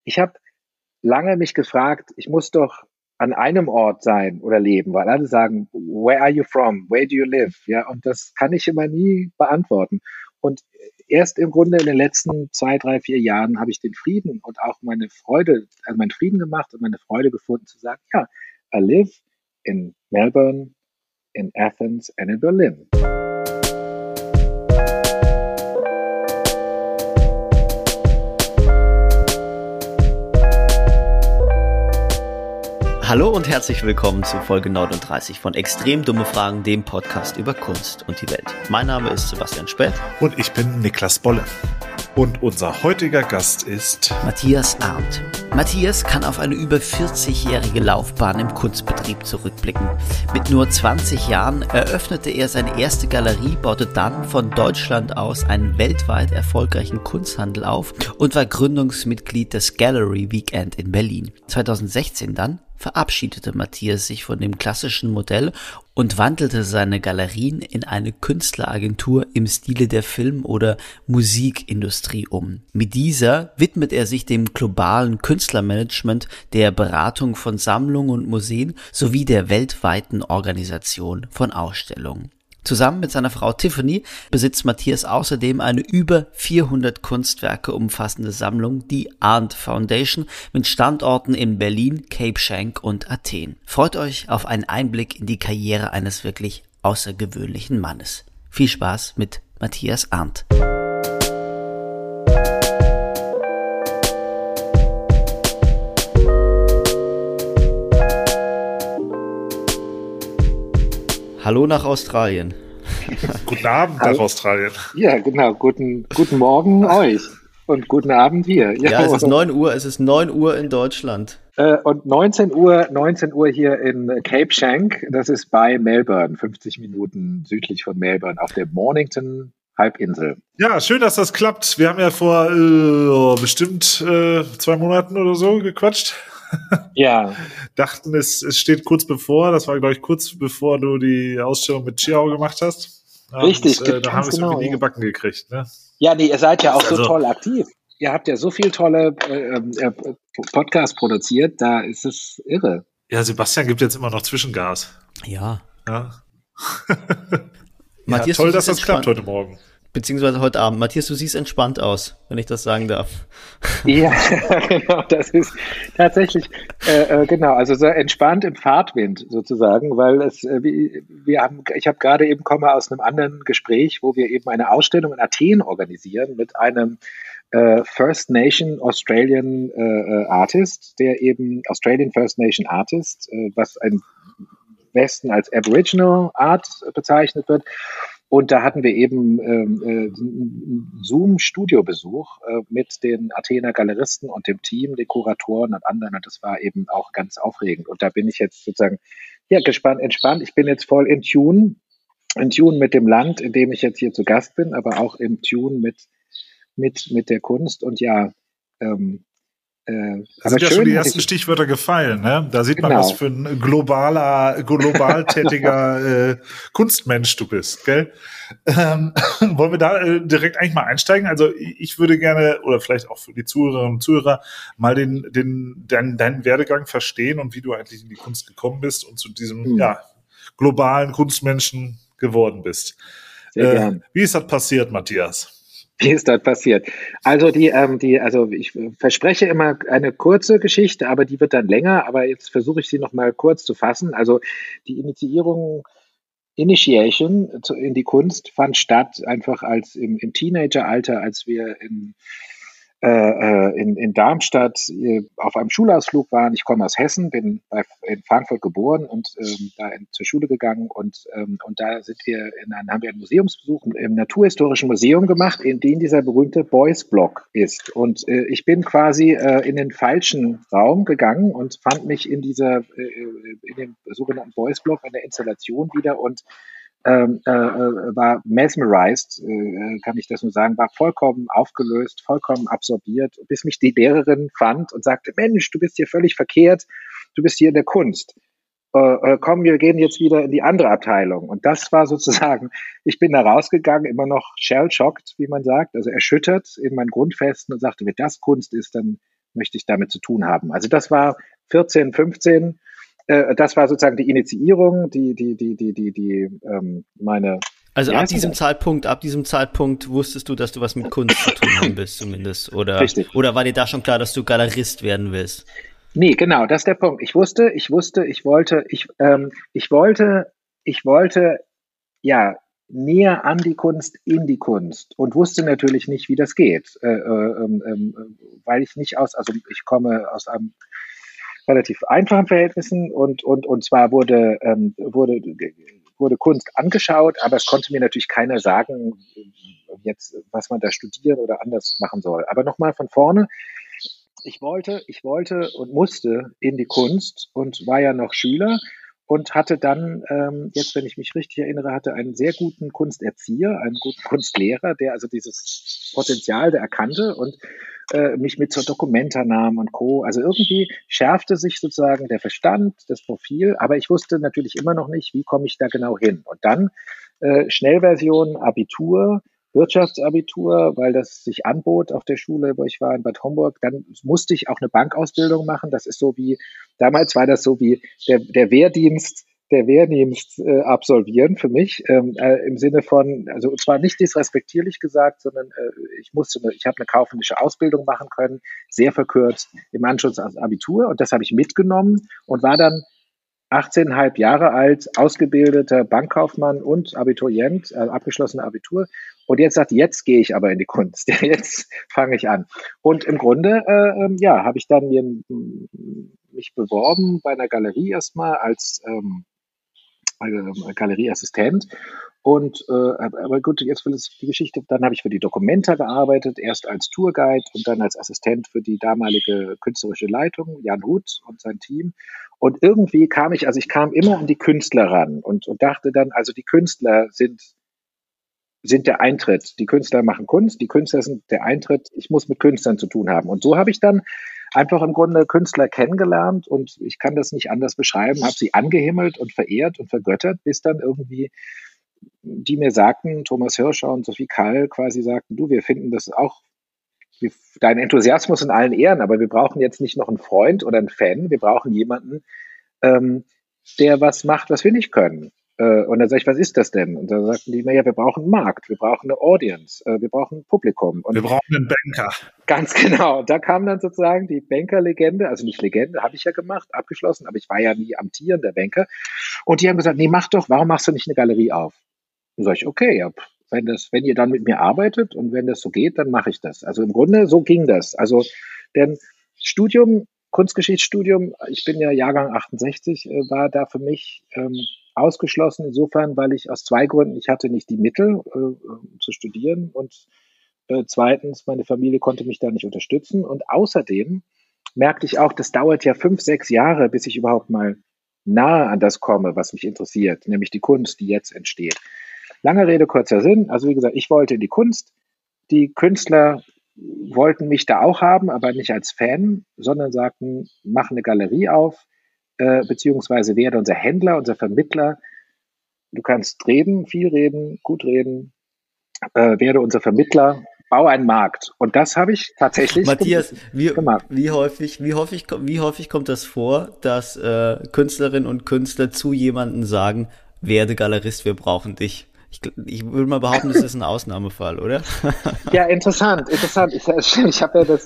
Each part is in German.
Ich habe lange mich gefragt, ich muss doch an einem Ort sein oder leben, weil alle sagen, where are you from? Where do you live? Ja, und das kann ich immer nie beantworten. Und erst im Grunde in den letzten 2, 3, 4 Jahren habe ich den Frieden und auch meine Freude, also meinen Frieden gemacht und meine Freude gefunden zu sagen, ja, I live in Melbourne, in Athens and in Berlin. Hallo und herzlich willkommen zu Folge 39 von Extrem dumme Fragen, dem Podcast über Kunst und die Welt. Mein Name ist Sebastian Späth. Und ich bin Niklas Bolle. Und unser heutiger Gast ist Matthias Arndt. Matthias kann auf eine über 40-jährige Laufbahn im Kunstbetrieb zurückblicken. Mit nur 20 Jahren eröffnete er seine erste Galerie, baute dann von Deutschland aus einen weltweit erfolgreichen Kunsthandel auf und war Gründungsmitglied des Gallery Weekend in Berlin. 2016 dann verabschiedete Matthias sich von dem klassischen Modell und wandelte seine Galerien in eine Künstleragentur im Stile der Film- oder Musikindustrie um. Mit dieser widmet er sich dem globalen Künstlermanagement, der Beratung von Sammlungen und Museen sowie der weltweiten Organisation von Ausstellungen. Zusammen mit seiner Frau Tiffany besitzt Matthias außerdem eine über 400 Kunstwerke umfassende Sammlung, die Arndt Foundation, mit Standorten in Berlin, Cape Schanck und Athen. Freut euch auf einen Einblick in die Karriere eines wirklich außergewöhnlichen Mannes. Viel Spaß mit Matthias Arndt. Hallo nach Australien. Guten Abend nach Australien. Ja, genau. Guten Morgen euch und guten Abend hier. Ja, es ist 9 Uhr. Es ist 9 Uhr in Deutschland. Und 19 Uhr hier in Cape Schanck. Das ist bei Melbourne, 50 Minuten südlich von Melbourne auf der Mornington Halbinsel. Ja, schön, dass das klappt. Wir haben ja vor bestimmt 2 Monaten oder so gequatscht. Ja. Dachten, es steht kurz bevor. Das war, glaube ich, kurz bevor du die Ausstellung mit Chiao gemacht hast. Richtig. Und, da haben wir es irgendwie nie gebacken gekriegt. Ne? Ja, nee, ihr seid ja auch so toll aktiv. Ihr habt ja so viel tolle Podcasts produziert. Da ist es irre. Ja, Sebastian gibt jetzt immer noch Zwischengas. Ja. Matthias, toll, dass das klappt heute Morgen. Beziehungsweise heute Abend. Matthias, du siehst entspannt aus, wenn ich das sagen darf. Ja, genau, das ist tatsächlich, genau, also sehr entspannt im Fahrtwind sozusagen, weil ich habe gerade eben komme aus einem anderen Gespräch, wo wir eben eine Ausstellung in Athen organisieren mit einem First Nation Australian Artist, der eben Australian First Nation Artist, was im Westen als Aboriginal Art bezeichnet wird. Und da hatten wir eben einen Zoom-Studiobesuch mit den Athener Galeristen und dem Team, den Kuratoren und anderen. Und das war eben auch ganz aufregend. Und da bin ich jetzt sozusagen entspannt. Ich bin jetzt voll in Tune mit dem Land, in dem ich jetzt hier zu Gast bin, aber auch in Tune mit der Kunst. Und ja, da sind ja schon die ersten Stichwörter gefallen, ne? Da sieht man, was für ein global tätiger Kunstmensch du bist, gell? Wollen wir da direkt eigentlich mal einsteigen? Also ich würde gerne, oder vielleicht auch für die Zuhörerinnen und Zuhörer, mal deinen Werdegang verstehen und wie du eigentlich in die Kunst gekommen bist und zu diesem globalen Kunstmenschen geworden bist. Sehr gern. Wie ist das passiert, Matthias? Wie ist das passiert? Also also ich verspreche immer eine kurze Geschichte, aber die wird dann länger. Aber jetzt versuche ich sie noch mal kurz zu fassen. Also die Initiation in die Kunst fand statt einfach als im Teenageralter, als wir in Darmstadt auf einem Schulausflug waren. Ich komme aus Hessen, bin in Frankfurt geboren und zur Schule gegangen und da haben wir einen Museumsbesuch im Naturhistorischen Museum gemacht, in dem dieser berühmte Beuys Block ist. Und ich bin quasi in den falschen Raum gegangen und fand mich in dem sogenannten Beuys Block in der Installation wieder und war mesmerized, kann ich das nur sagen, war vollkommen aufgelöst, vollkommen absorbiert, bis mich die Lehrerin fand und sagte, Mensch, du bist hier völlig verkehrt, du bist hier in der Kunst. Komm, wir gehen jetzt wieder in die andere Abteilung. Und das war sozusagen, ich bin da rausgegangen, immer noch shell-shocked, wie man sagt, also erschüttert in meinen Grundfesten und sagte, wenn das Kunst ist, dann möchte ich damit zu tun haben. Also das war 14, 15. Das war sozusagen die Initiierung, meine. Also ab diesem Zeitpunkt wusstest du, dass du was mit Kunst zu tun haben willst, zumindest. Richtig. Oder war dir da schon klar, dass du Galerist werden willst? Nee, genau, das ist der Punkt. Ich wollte, ja, näher an die Kunst, in die Kunst und wusste natürlich nicht, wie das geht, weil ich ich komme aus einem relativ einfachen Verhältnissen und zwar wurde Kunst angeschaut, aber es konnte mir natürlich keiner sagen, jetzt, was man da studieren oder anders machen soll. Aber nochmal von vorne. Ich wollte und musste in die Kunst und war ja noch Schüler und hatte dann, jetzt, wenn ich mich richtig erinnere, hatte einen sehr guten Kunsterzieher, einen guten Kunstlehrer, der also dieses Potenzial der erkannte und mich mit zur Documenta nahm und Co. Also irgendwie schärfte sich sozusagen der Verstand, das Profil, aber ich wusste natürlich immer noch nicht, wie komme ich da genau hin. Und dann Schnellversion, Abitur, Wirtschaftsabitur, weil das sich anbot auf der Schule, wo ich war in Bad Homburg. Dann musste ich auch eine Bankausbildung machen. Das ist so wie, damals war das so wie der Wehrdienst absolvieren für mich, im Sinne von, also zwar nicht disrespektierlich gesagt, sondern ich habe eine kaufmännische Ausbildung machen können, sehr verkürzt im Anschluss ans Abitur und das habe ich mitgenommen und war dann 18,5 Jahre alt, ausgebildeter Bankkaufmann und Abiturient, abgeschlossener Abitur. Und jetzt jetzt gehe ich aber in die Kunst. Jetzt fange ich an. Und im Grunde, habe ich dann mich beworben bei einer Galerie erstmal als Galerieassistent. Und aber gut, jetzt will es die Geschichte. Dann habe ich für die Documenta gearbeitet, erst als Tourguide und dann als Assistent für die damalige künstlerische Leitung, Jan Huth und sein Team. Und irgendwie kam ich immer an die Künstler ran und dachte dann, also die Künstler sind der Eintritt. Die Künstler machen Kunst, die Künstler sind der Eintritt. Ich muss mit Künstlern zu tun haben. Und so habe ich dann einfach im Grunde Künstler kennengelernt und ich kann das nicht anders beschreiben, habe sie angehimmelt und verehrt und vergöttert, bis dann irgendwie die mir sagten, Thomas Hirscher und Sophie Kall quasi sagten, du, wir finden das auch, dein Enthusiasmus in allen Ehren, aber wir brauchen jetzt nicht noch einen Freund oder einen Fan, wir brauchen jemanden, der was macht, was wir nicht können. Und dann sage ich, was ist das denn? Und dann sagten die, naja, wir brauchen einen Markt, wir brauchen eine Audience, wir brauchen ein Publikum. Und wir brauchen einen Banker. Ganz genau. Da kam dann sozusagen die Banker-Legende, also nicht Legende, habe ich ja gemacht, abgeschlossen, aber ich war ja nie amtierender Banker. Und die haben gesagt, nee, mach doch, warum machst du nicht eine Galerie auf? Und sage ich, okay, ja, wenn ihr dann mit mir arbeitet und wenn das so geht, dann mache ich das. Also im Grunde, so ging das. Also, denn Kunstgeschichtsstudium, ich bin ja Jahrgang 68, war da für mich ausgeschlossen, insofern, weil ich aus zwei Gründen, ich hatte nicht die Mittel zu studieren und zweitens, meine Familie konnte mich da nicht unterstützen und außerdem merkte ich auch, das dauert ja 5, 6 Jahre, bis ich überhaupt mal nahe an das komme, was mich interessiert, nämlich die Kunst, die jetzt entsteht. Lange Rede, kurzer Sinn. Also wie gesagt, ich wollte in die Kunst. Die Künstler wollten mich da auch haben, aber nicht als Fan, sondern sagten, mach eine Galerie auf, beziehungsweise werde unser Händler, unser Vermittler. Du kannst reden, viel reden, gut reden, werde unser Vermittler, bau einen Markt. Und das habe ich tatsächlich Matthias, gemacht. Wie häufig kommt das vor, dass Künstlerinnen und Künstler zu jemandem sagen, werde Galerist, wir brauchen dich? Ich würde mal behaupten, das ist ein Ausnahmefall, oder? Ja, interessant. Ich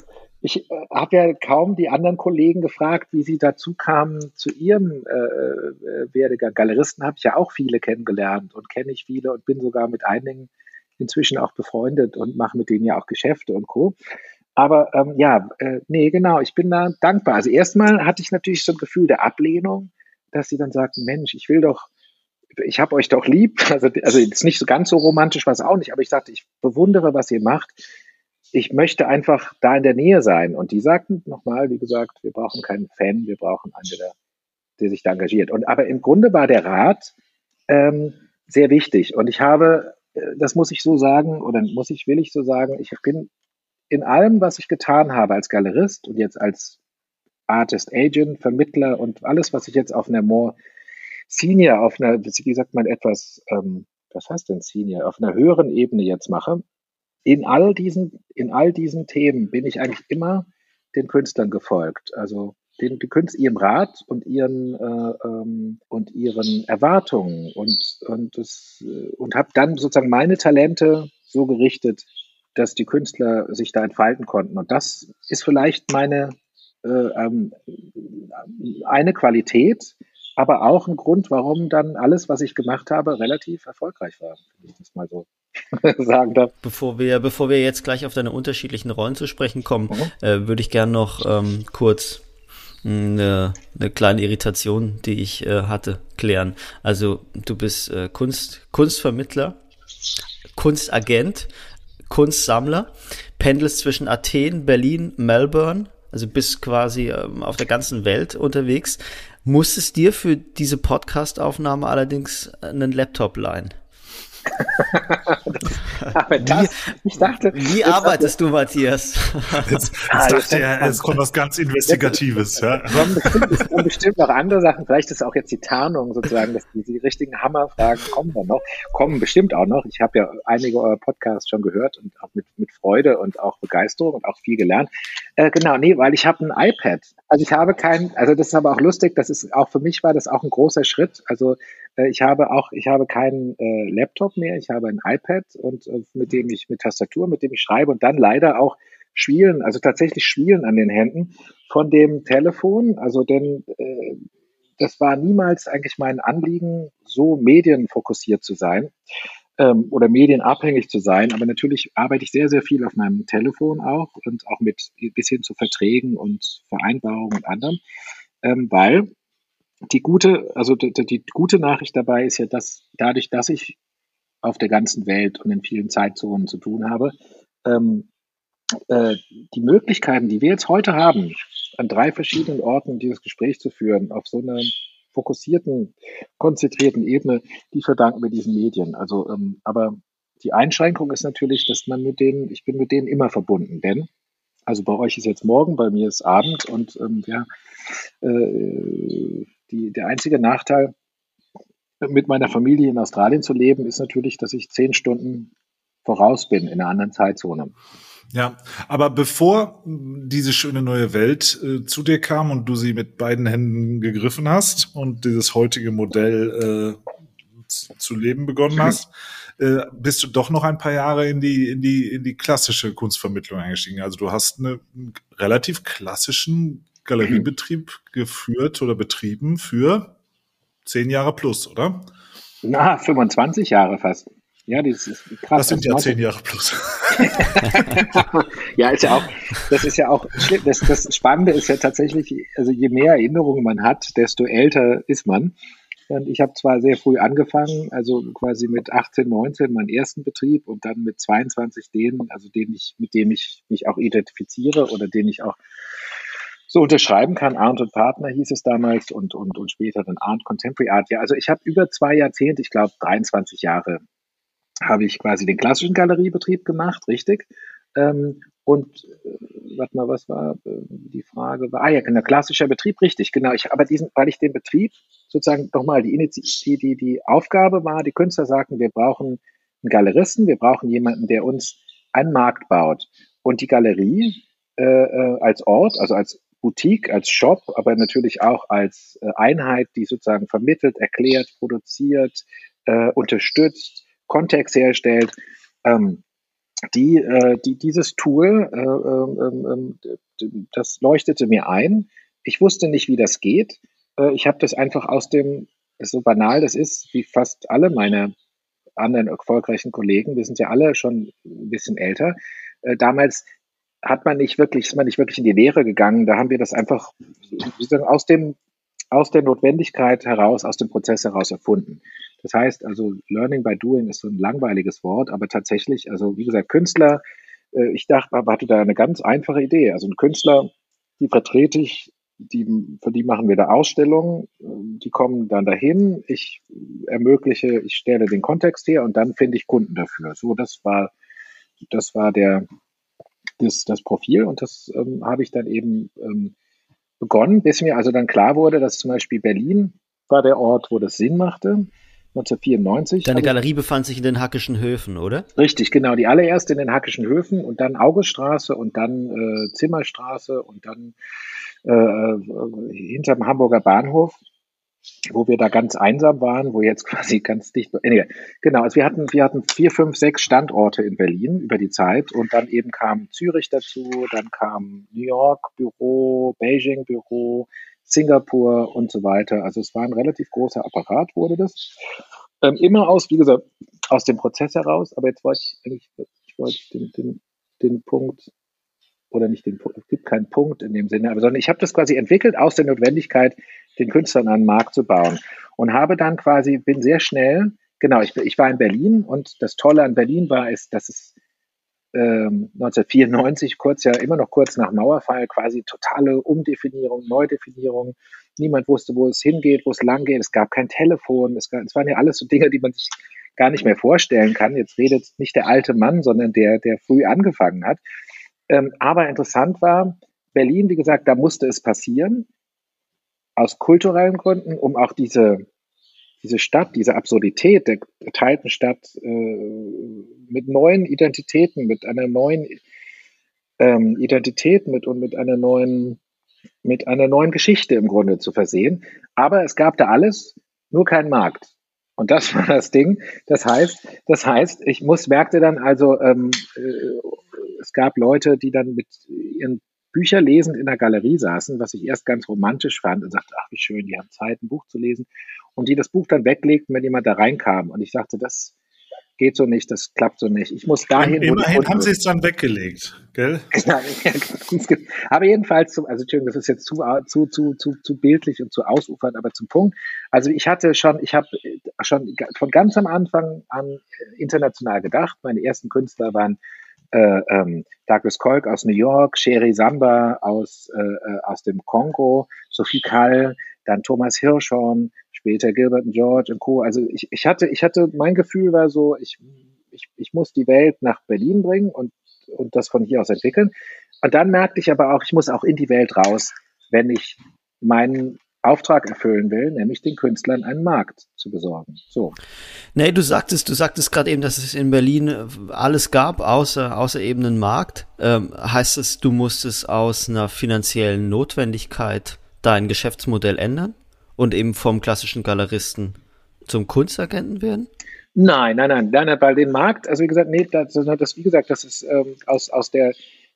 habe ja kaum die anderen Kollegen gefragt, wie sie dazu kamen zu ihrem Werdegang. Galeristen habe ich ja auch viele kennengelernt und kenne ich viele und bin sogar mit einigen inzwischen auch befreundet und mache mit denen ja auch Geschäfte und Co. Aber nee, genau, ich bin da dankbar. Also erstmal hatte ich natürlich so ein Gefühl der Ablehnung, dass sie dann sagten, Mensch, ich habe euch doch lieb. Also jetzt nicht so ganz so romantisch war es auch nicht, aber ich sagte, ich bewundere, was ihr macht. Ich möchte einfach da in der Nähe sein. Und die sagten nochmal, wie gesagt, wir brauchen keinen Fan, wir brauchen einen, der sich da engagiert. Aber im Grunde war der Rat sehr wichtig. Und ich habe, das muss ich so sagen, oder will ich so sagen, ich bin in allem, was ich getan habe als Galerist und jetzt als Artist Agent, Vermittler und alles, was ich jetzt auf einer more Senior, auf einer, wie sagt man etwas, was heißt denn Senior, auf einer höheren Ebene jetzt mache, in all diesen Themen bin ich eigentlich immer den Künstlern gefolgt. Also die Künstler ihrem Rat und ihren Erwartungen und habe dann sozusagen meine Talente so gerichtet, dass die Künstler sich da entfalten konnten. Und das ist vielleicht eine Qualität, aber auch ein Grund, warum dann alles, was ich gemacht habe, relativ erfolgreich war, wenn ich das mal so sagen darf. Bevor wir jetzt gleich auf deine unterschiedlichen Rollen zu sprechen kommen, würde ich gerne noch kurz eine kleine Irritation, die ich hatte, klären. Also du bist Kunstvermittler, Kunstagent, Kunstsammler, pendelst zwischen Athen, Berlin, Melbourne, also bist quasi auf der ganzen Welt unterwegs. Musstest dir für diese Podcast-Aufnahme allerdings einen Laptop leihen? Wie arbeitest du, Matthias? Jetzt dachte er, es kommt was ganz Investigatives. Ja. Es kommen bestimmt noch andere Sachen. Vielleicht ist auch jetzt die Tarnung sozusagen, dass die richtigen Hammerfragen kommen bestimmt auch noch. Ich habe ja einige eurer Podcasts schon gehört und auch mit Freude und auch Begeisterung und auch viel gelernt. Weil ich habe ein iPad. Also ich habe das ist aber auch lustig, für mich war das auch ein großer Schritt. Also ich habe keinen Laptop mehr, ich habe ein iPad und mit Tastatur, mit dem ich schreibe und dann leider auch tatsächlich Spielen an den Händen von dem Telefon. Also das war niemals eigentlich mein Anliegen, so medienfokussiert zu sein oder medienabhängig zu sein. Aber natürlich arbeite ich sehr, sehr viel auf meinem Telefon auch und auch bis hin zu Verträgen und Vereinbarungen und anderem, weil die gute Nachricht dabei ist ja, dass dadurch, dass ich auf der ganzen Welt und in vielen Zeitzonen zu tun habe, die Möglichkeiten, die wir jetzt heute haben, an 3 verschiedenen Orten dieses Gespräch zu führen, auf so einer fokussierten, konzentrierten Ebene, die verdanken wir diesen Medien. Also, aber die Einschränkung ist natürlich, dass ich bin mit denen immer verbunden, denn also bei euch ist jetzt morgen, bei mir ist Abend und der einzige Nachteil, mit meiner Familie in Australien zu leben, ist natürlich, dass ich 10 Stunden voraus bin in einer anderen Zeitzone. Ja, aber bevor diese schöne neue Welt zu dir kam und du sie mit beiden Händen gegriffen hast und dieses heutige Modell zu leben begonnen hast, bist du doch noch ein paar Jahre in die klassische Kunstvermittlung eingestiegen. Also du hast einen relativ klassischen Galeriebetrieb geführt oder betrieben für 10 Jahre plus, oder? 25 Jahre fast. Ja, das ist krass. Das sind ja 10 Jahre plus. Ja, das ist ja auch schlimm. Das Spannende ist ja tatsächlich, also je mehr Erinnerungen man hat, desto älter ist man. Und ich habe zwar sehr früh angefangen, also quasi mit 18, 19 meinen ersten Betrieb und dann mit 22 mit dem ich mich auch identifiziere oder den ich auch so unterschreiben kann. Arndt und Partner hieß es damals und später dann Arndt Contemporary Art. Ja, also ich habe über 2 Jahrzehnte, ich glaube 23 Jahre, habe ich quasi den klassischen Galeriebetrieb gemacht, richtig. Was war die Frage? Genau, klassischer Betrieb, richtig, genau. Weil ich den Betrieb sozusagen nochmal die Aufgabe war, die Künstler sagten, wir brauchen einen Galeristen, wir brauchen jemanden, der uns einen Markt baut. Und die Galerie als Ort, also als Boutique, als Shop, aber natürlich auch als Einheit, die sozusagen vermittelt, erklärt, produziert, unterstützt, Kontext herstellt, dieses Tool, das leuchtete mir ein. Ich wusste nicht, wie das geht. Ich habe das einfach so banal das ist, wie fast alle meine anderen erfolgreichen Kollegen, wir sind ja alle schon ein bisschen älter. Damals ist man nicht wirklich in die Lehre gegangen. Da haben wir das einfach aus der Notwendigkeit heraus, aus dem Prozess heraus erfunden. Das heißt also, Learning by Doing ist so ein langweiliges Wort, aber tatsächlich, also wie gesagt, Künstler, ich hatte da eine ganz einfache Idee. Also ein Künstler, die vertrete ich, für die machen wir da Ausstellungen, die kommen dann dahin, ich stelle den Kontext her und dann finde ich Kunden dafür. So, das war das Profil und das habe ich dann eben begonnen, bis mir also dann klar wurde, dass zum Beispiel Berlin war der Ort, wo das Sinn machte. 1994. Deine Galerie befand sich in den Hackischen Höfen, oder? Richtig, genau. Die allererste in den Hackischen Höfen und dann Auguststraße und dann Zimmerstraße und dann hinterm Hamburger Bahnhof, wo wir da ganz einsam waren, wo jetzt quasi ganz dicht. Genau, also wir hatten 4, 5, 6 Standorte in Berlin über die Zeit und dann eben kam Zürich dazu, dann kam New York Büro, Beijing Büro, Singapur und so weiter. Also es war ein relativ großer Apparat, wurde das. Immer aus, wie gesagt, aus dem Prozess heraus, aber jetzt wollte den Punkt, oder nicht den Punkt, es gibt keinen Punkt in dem Sinne, aber sondern ich habe das quasi entwickelt aus der Notwendigkeit, den Künstlern einen Markt zu bauen und habe dann quasi, bin sehr schnell, genau, ich war in Berlin und das Tolle an Berlin war, dass es 1994, immer noch kurz nach Mauerfall, quasi totale Umdefinierung, Neudefinierung. Niemand wusste, wo es hingeht, wo es lang geht. Es gab kein Telefon. Es waren ja alles so Dinge, die man sich gar nicht mehr vorstellen kann. Jetzt redet nicht der alte Mann, sondern der früh angefangen hat. Aber interessant war, Berlin, wie gesagt, da musste es passieren, aus kulturellen Gründen, um auch diese Stadt, diese Absurdität der geteilten Stadt mit neuen Identitäten, mit einer neuen Identität und mit einer neuen Geschichte im Grunde zu versehen. Aber es gab da alles, nur keinen Markt. Und das war das Ding. Das heißt, ich merkte dann also, es gab Leute, die dann mit ihren Bücher lesend in der Galerie saßen, was ich erst ganz romantisch fand und sagte, ach wie schön, die haben Zeit, ein Buch zu lesen. Und die das Buch dann weglegten, wenn jemand da reinkam. Und ich sagte, das geht so nicht, das klappt so nicht. Ich muss dahin. Immerhin haben sie es dann weggelegt, gell? Ja, aber jedenfalls, also Entschuldigung, das ist jetzt zu bildlich und zu ausufernd, aber zum Punkt. Also ich habe schon von ganz am Anfang an international gedacht. Meine ersten Künstler waren Douglas Kolk aus New York, Sherry Samba aus dem Kongo, Sophie Kall, dann Thomas Hirschhorn, später Gilbert and George und Co. Also ich hatte, mein Gefühl war so, ich muss die Welt nach Berlin bringen und das von hier aus entwickeln. Und dann merkte ich aber auch, ich muss auch in die Welt raus, wenn ich meinen Auftrag erfüllen will, nämlich den Künstlern einen Markt zu besorgen. So. Nee, du sagtest gerade eben, dass es in Berlin alles gab, außer eben einen Markt. Heißt es, du musstest aus einer finanziellen Notwendigkeit dein Geschäftsmodell ändern und eben vom klassischen Galeristen zum Kunstagenten werden? Nein, weil den Markt, also wie gesagt, nee, das ist aus der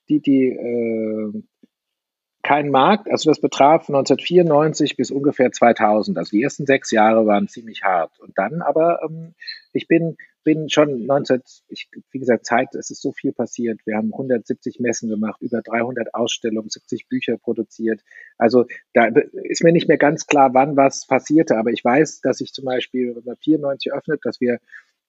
kein Markt, also das betraf 1994 bis ungefähr 2000. Also die ersten 6 Jahre waren ziemlich hart. Und dann aber, ich bin schon wie gesagt, es ist so viel passiert. Wir haben 170 Messen gemacht, über 300 Ausstellungen, 70 Bücher produziert. Also da ist mir nicht mehr ganz klar, wann was passierte. Aber ich weiß, dass ich zum Beispiel, wenn man 94 öffnet, dass wir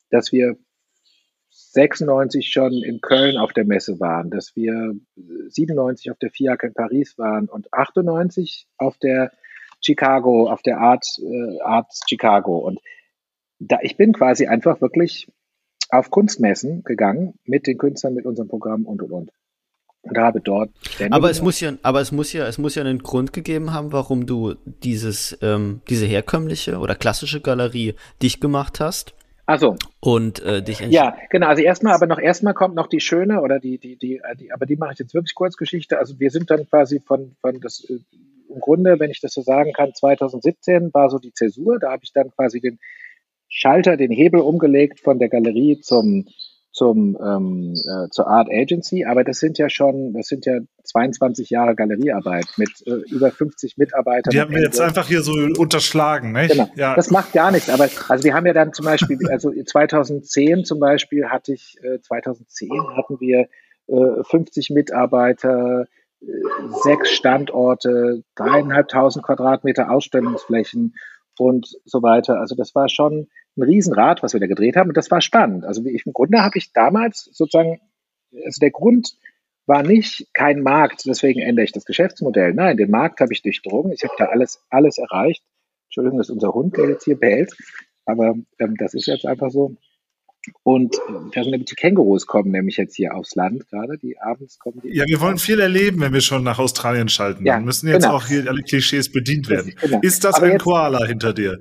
96 schon in Köln auf der Messe waren, dass wir 97 auf der FIAC in Paris waren und 98 auf der Arts Chicago. Und ich bin quasi einfach wirklich auf Kunstmessen gegangen mit den Künstlern, mit unserem Programm und. Und habe dort. Aber es muss ja einen Grund gegeben haben, warum du diese herkömmliche oder klassische Galerie dicht gemacht hast. Ach so. Und ja, genau. Also erstmal kommt noch die schöne oder aber die mache ich jetzt wirklich Kurzgeschichte. Also wir sind dann quasi von das im Grunde, wenn ich das so sagen kann, 2017 war so die Zäsur. Da habe ich dann quasi den Hebel umgelegt von der Galerie zur Art Agency, aber das sind ja 22 Jahre Galeriearbeit mit über 50 Mitarbeitern. Die haben wir jetzt einfach hier so unterschlagen, nicht? Genau. Ja. Das macht gar nichts, aber also wir haben ja dann zum Beispiel, also 2010 zum Beispiel hatten wir 50 Mitarbeiter, 6 Standorte, 3.500 Quadratmeter Ausstellungsflächen und so weiter. Also das war schon ein Riesenrad, was wir da gedreht haben. Und das war spannend. Also im Grunde habe ich damals sozusagen, also der Grund war nicht kein Markt, deswegen ändere ich das Geschäftsmodell. Nein, den Markt habe ich durchdrungen. Ich habe da alles erreicht. Entschuldigung, das ist unser Hund, der jetzt hier bellt. Aber das ist jetzt einfach so. Und die Kängurus kommen nämlich jetzt hier aufs Land gerade, die abends kommen. Ja, wir wollen viel erleben, wenn wir schon nach Australien schalten. Ja, dann müssen jetzt auch hier alle Klischees bedient werden. Genau. Ist das ein Koala hinter dir?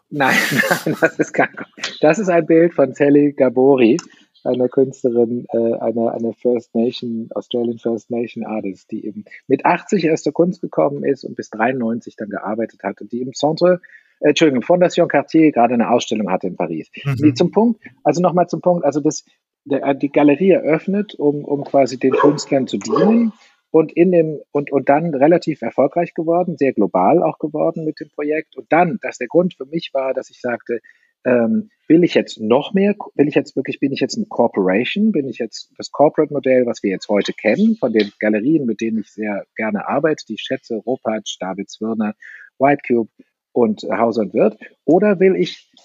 Nein, das ist ein Bild von Sally Gabori, einer Künstlerin, einer First Nation, Australian First Nation Artist, die eben mit 80 erst zur Kunst gekommen ist und bis 93 dann gearbeitet hat und die im Fondation Cartier gerade eine Ausstellung hatte in Paris. Mhm. Nochmal zum Punkt, also die Galerie eröffnet, um quasi den Künstlern zu dienen und dann relativ erfolgreich geworden, sehr global auch geworden mit dem Projekt. Und dann, dass der Grund für mich war, dass ich sagte, bin ich jetzt eine Corporation, bin ich jetzt das Corporate-Modell, was wir jetzt heute kennen, von den Galerien, mit denen ich sehr gerne arbeite, die ich schätze, Ropatsch, David Zwirner, White Cube und Hauser und Wirth, oder bin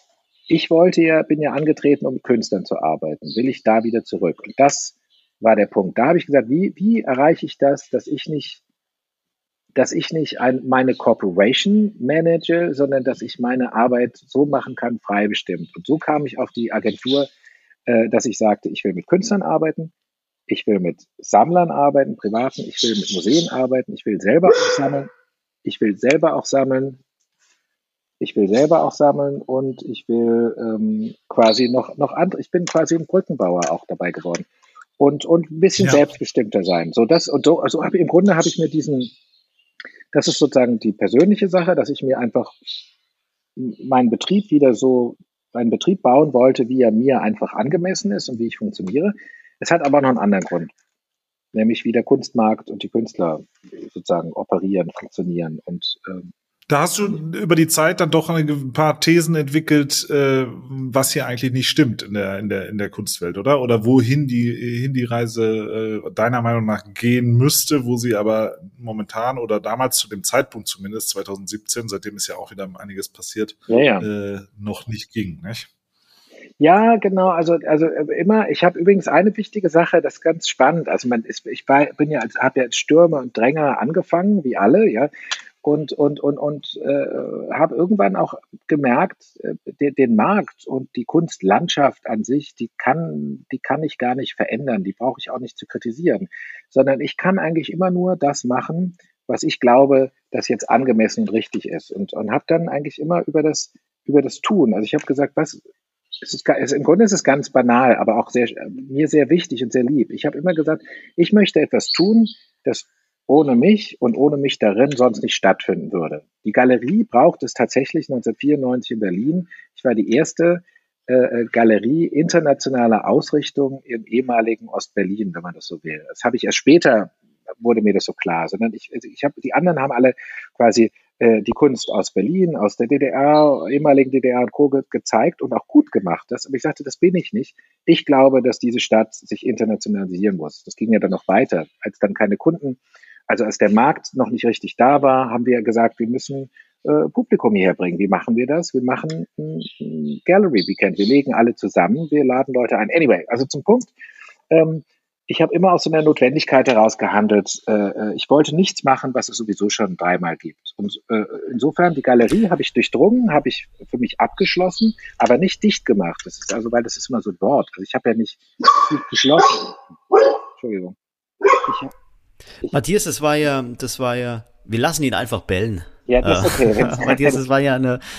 ja angetreten, um mit Künstlern zu arbeiten, will ich da wieder zurück? Und das war der Punkt. Da habe ich gesagt, wie erreiche ich das, dass ich nicht meine Corporation manage, sondern dass ich meine Arbeit so machen kann, frei bestimmt. Und so kam ich auf die Agentur, dass ich sagte, ich will mit Künstlern arbeiten, ich will mit Sammlern arbeiten, Privaten, ich will mit Museen arbeiten, ich will selber auch sammeln und ich will quasi noch andere, ich bin quasi ein Brückenbauer auch dabei geworden und ein bisschen selbstbestimmter sein. Also im Grunde habe ich mir das ist sozusagen die persönliche Sache, dass ich mir einfach meinen Betrieb bauen wollte, wie er mir einfach angemessen ist und wie ich funktioniere. Es hat aber noch einen anderen Grund, nämlich wie der Kunstmarkt und die Künstler sozusagen operieren, funktionieren und da hast du über die Zeit dann doch ein paar Thesen entwickelt, was hier eigentlich nicht stimmt in der Kunstwelt, oder? Oder wohin die Reise deiner Meinung nach gehen müsste, wo sie aber momentan oder damals zu dem Zeitpunkt zumindest 2017, seitdem ist ja auch wieder einiges passiert, noch nicht ging, nicht? Ja, genau. Also immer. Ich habe übrigens eine wichtige Sache, das ist ganz spannend. Also habe ja als Stürmer und Dränger angefangen, wie alle, ja. Und habe irgendwann auch gemerkt, den Markt und die Kunstlandschaft an sich, die kann ich gar nicht verändern, die brauche ich auch nicht zu kritisieren, sondern ich kann eigentlich immer nur das machen, was ich glaube, das jetzt angemessen und richtig ist und habe dann eigentlich immer über das Tun. Also ich habe gesagt, im Grunde ist es ganz banal, aber auch mir sehr wichtig und sehr lieb. Ich habe immer gesagt, ich möchte etwas tun, das ohne mich und ohne mich darin sonst nicht stattfinden würde. Die Galerie braucht es tatsächlich 1994 in Berlin. Ich war die erste Galerie internationaler Ausrichtung im ehemaligen Ostberlin, wenn man das so will. Das habe ich erst später, wurde mir das so klar, sondern die anderen haben alle quasi die Kunst aus Berlin, aus der DDR, ehemaligen DDR und Co. gezeigt und auch gut gemacht. Aber ich sagte, das bin ich nicht. Ich glaube, dass diese Stadt sich internationalisieren muss. Das ging ja dann noch weiter, als dann keine Kunden, also als der Markt noch nicht richtig da war, haben wir gesagt, wir müssen Publikum hierher bringen. Wie machen wir das? Wir machen ein Gallery Weekend. Wir legen alle zusammen, wir laden Leute ein. Anyway, also zum Punkt. Ich habe immer aus so einer Notwendigkeit heraus gehandelt. Ich wollte nichts machen, was es sowieso schon dreimal gibt. Und insofern, die Galerie habe ich durchdrungen, habe ich für mich abgeschlossen, aber nicht dicht gemacht. Weil das ist immer so ein Wort. Also ich habe ja nicht geschlossen. Entschuldigung. Matthias, das war ja, wir lassen ihn einfach bellen. Ja, das ist okay. Matthias, das war ja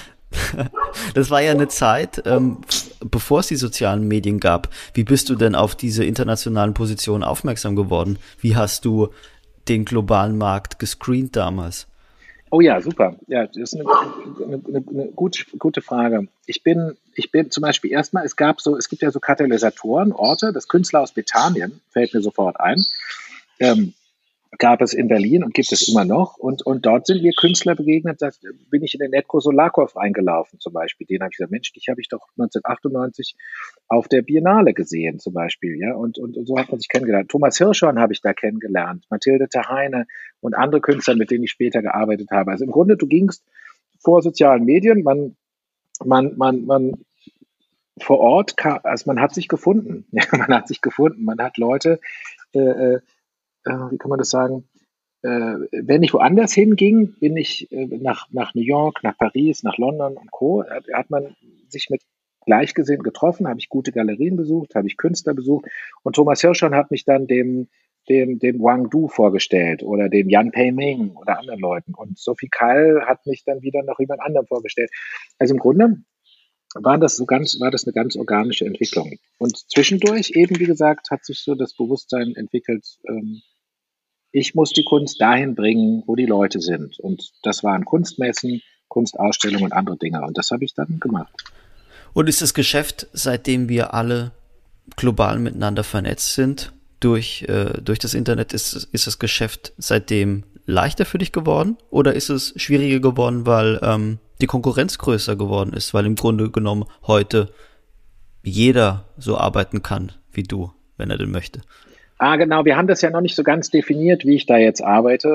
eine Zeit, bevor es die sozialen Medien gab. Wie bist du denn auf diese internationalen Positionen aufmerksam geworden? Wie hast du den globalen Markt gescreent damals? Oh ja, super. Ja, das ist eine gute Frage. Ich bin zum Beispiel erstmal, es gibt ja so Katalysatoren, Orte, das Künstlerhaus Bethanien fällt mir sofort ein. Gab es in Berlin und gibt es immer noch. Und dort sind mir Künstler begegnet. Da bin ich in den Netko Solarkov reingelaufen zum Beispiel. Den habe ich gesagt, Mensch, dich habe ich doch 1998 auf der Biennale gesehen zum Beispiel. Ja, und so hat man sich kennengelernt. Thomas Hirschhorn habe ich da kennengelernt, Mathilde Terheine und andere Künstler, mit denen ich später gearbeitet habe. Also im Grunde, du gingst vor sozialen Medien, man vor Ort, also man hat sich gefunden. Ja, man hat Leute, wie kann man das sagen? Wenn ich woanders hinging, bin ich nach New York, nach Paris, nach London und Co. Hat man sich mit Gleichgesinnten getroffen, habe ich gute Galerien besucht, habe ich Künstler besucht und Thomas Hirschhorn hat mich dann dem dem Wang Du vorgestellt oder dem Yan Pei-ming oder anderen Leuten. Und Sophie Kall hat mich dann wieder noch jemand anderem vorgestellt. Also im Grunde war das eine ganz organische Entwicklung. Und zwischendurch eben, wie gesagt, hat sich so das Bewusstsein entwickelt, ich muss die Kunst dahin bringen, wo die Leute sind. Und das waren Kunstmessen, Kunstausstellungen und andere Dinge. Und das habe ich dann gemacht. Und ist das Geschäft, seitdem wir alle global miteinander vernetzt sind, durch das Internet, ist das Geschäft seitdem leichter für dich geworden? Oder ist es schwieriger geworden, weil die Konkurrenz größer geworden ist? Weil im Grunde genommen heute jeder so arbeiten kann wie du, wenn er denn möchte. Genau, wir haben das ja noch nicht so ganz definiert, wie ich da jetzt arbeite.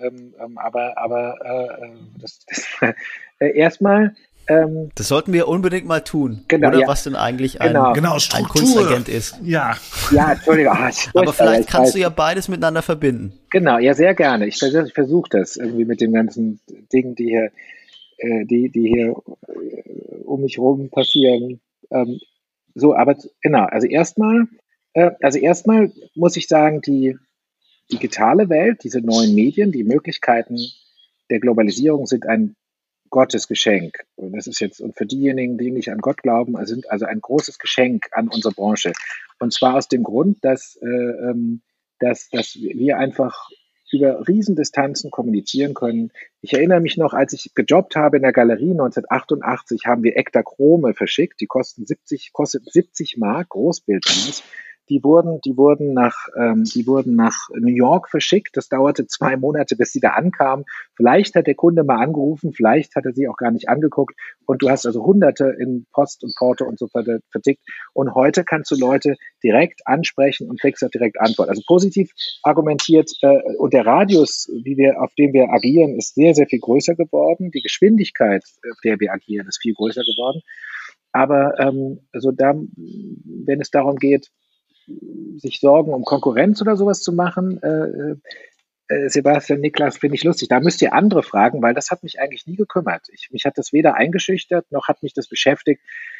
Erstmal. Das sollten wir unbedingt mal tun. Genau, oder ja. was denn eigentlich ein Kunstagent ist. Ja, Entschuldigung. Aber vielleicht kannst du ja beides miteinander verbinden. Genau, ja, sehr gerne. Ich versuche das irgendwie mit den ganzen Dingen, die hier um mich herum passieren. Aber genau, also erstmal muss ich sagen, die digitale Welt, diese neuen Medien, die Möglichkeiten der Globalisierung sind ein Gottesgeschenk. Und das ist jetzt, und für diejenigen, die nicht an Gott glauben, sind also ein großes Geschenk an unsere Branche. Und zwar aus dem Grund, dass wir einfach über Riesendistanzen kommunizieren können. Ich erinnere mich noch, als ich gejobbt habe in der Galerie 1988, haben wir Ektachrome verschickt. Die kosteten 70 Mark, Großbildpreis. Die wurden nach New York verschickt. Das dauerte 2 Monate, bis sie da ankamen. Vielleicht hat der Kunde mal angerufen, vielleicht hat er sie auch gar nicht angeguckt. Und du hast also Hunderte in Post und Porto und so vertickt. Und heute kannst du Leute direkt ansprechen und kriegst auch direkt Antwort. Also positiv argumentiert. Und der Radius, auf dem wir agieren, ist sehr, sehr viel größer geworden. Die Geschwindigkeit, auf der wir agieren, ist viel größer geworden. Aber wenn es darum geht, sich Sorgen um Konkurrenz oder sowas zu machen, Sebastian, Niklas, finde ich lustig. Da müsst ihr andere fragen, weil das hat mich eigentlich nie gekümmert. Mich hat das weder eingeschüchtert, noch hat mich das beschäftigt.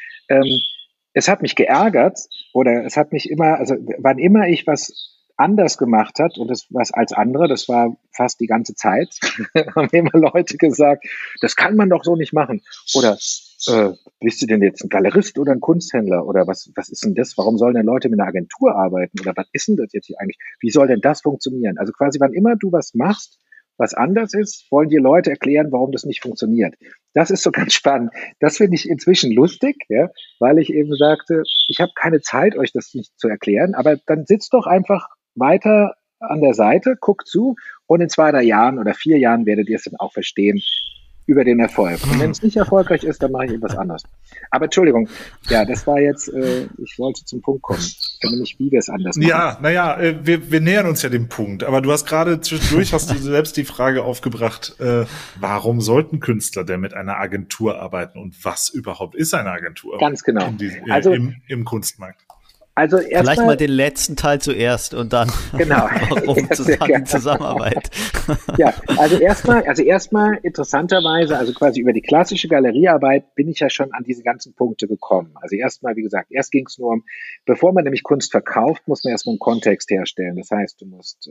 Es hat mich geärgert oder es hat mich immer, also wann immer ich was anders gemacht hat und das was als andere, das war fast die ganze Zeit, haben immer Leute gesagt, das kann man doch so nicht machen. Oder bist du denn jetzt ein Galerist oder ein Kunsthändler? Oder was ist denn das? Warum sollen denn Leute mit einer Agentur arbeiten? Oder was ist denn das jetzt hier eigentlich? Wie soll denn das funktionieren? Also quasi, wann immer du was machst, was anders ist, wollen dir Leute erklären, warum das nicht funktioniert. Das ist so ganz spannend. Das finde ich inzwischen lustig, ja, weil ich eben sagte, ich habe keine Zeit, euch das nicht zu erklären, aber dann sitzt doch einfach weiter an der Seite, guckt zu und in 2, 3 Jahren oder 4 Jahren werdet ihr es dann auch verstehen über den Erfolg. Und wenn es nicht erfolgreich ist, dann mache ich etwas anderes. Aber Entschuldigung, ja, das war jetzt, ich wollte zum Punkt kommen, nämlich wie wir es anders machen. Ja, wir nähern uns ja dem Punkt, aber du hast gerade zwischendurch, hast du selbst die Frage aufgebracht, warum sollten Künstler denn mit einer Agentur arbeiten und was überhaupt ist eine Agentur? Ganz genau. Im Kunstmarkt. Also vielleicht mal den letzten Teil zuerst und dann genau. warum die Zusammenarbeit. Ja, also erstmal interessanterweise, also quasi über die klassische Galeriearbeit bin ich ja schon an diese ganzen Punkte gekommen. Also erstmal, wie gesagt, erst ging es nur bevor man nämlich Kunst verkauft, muss man erstmal einen Kontext herstellen. Das heißt, du musst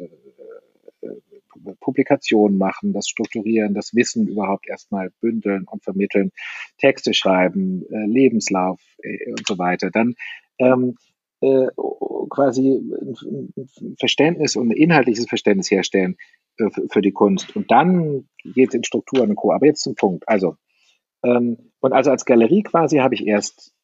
Publikationen machen, das strukturieren, das Wissen überhaupt erstmal bündeln und vermitteln, Texte schreiben, Lebenslauf und so weiter. Dann quasi ein Verständnis und ein inhaltliches Verständnis herstellen für die Kunst. Und dann geht es in Strukturen und Co. Aber jetzt zum Punkt. Also, als Galerie quasi habe ich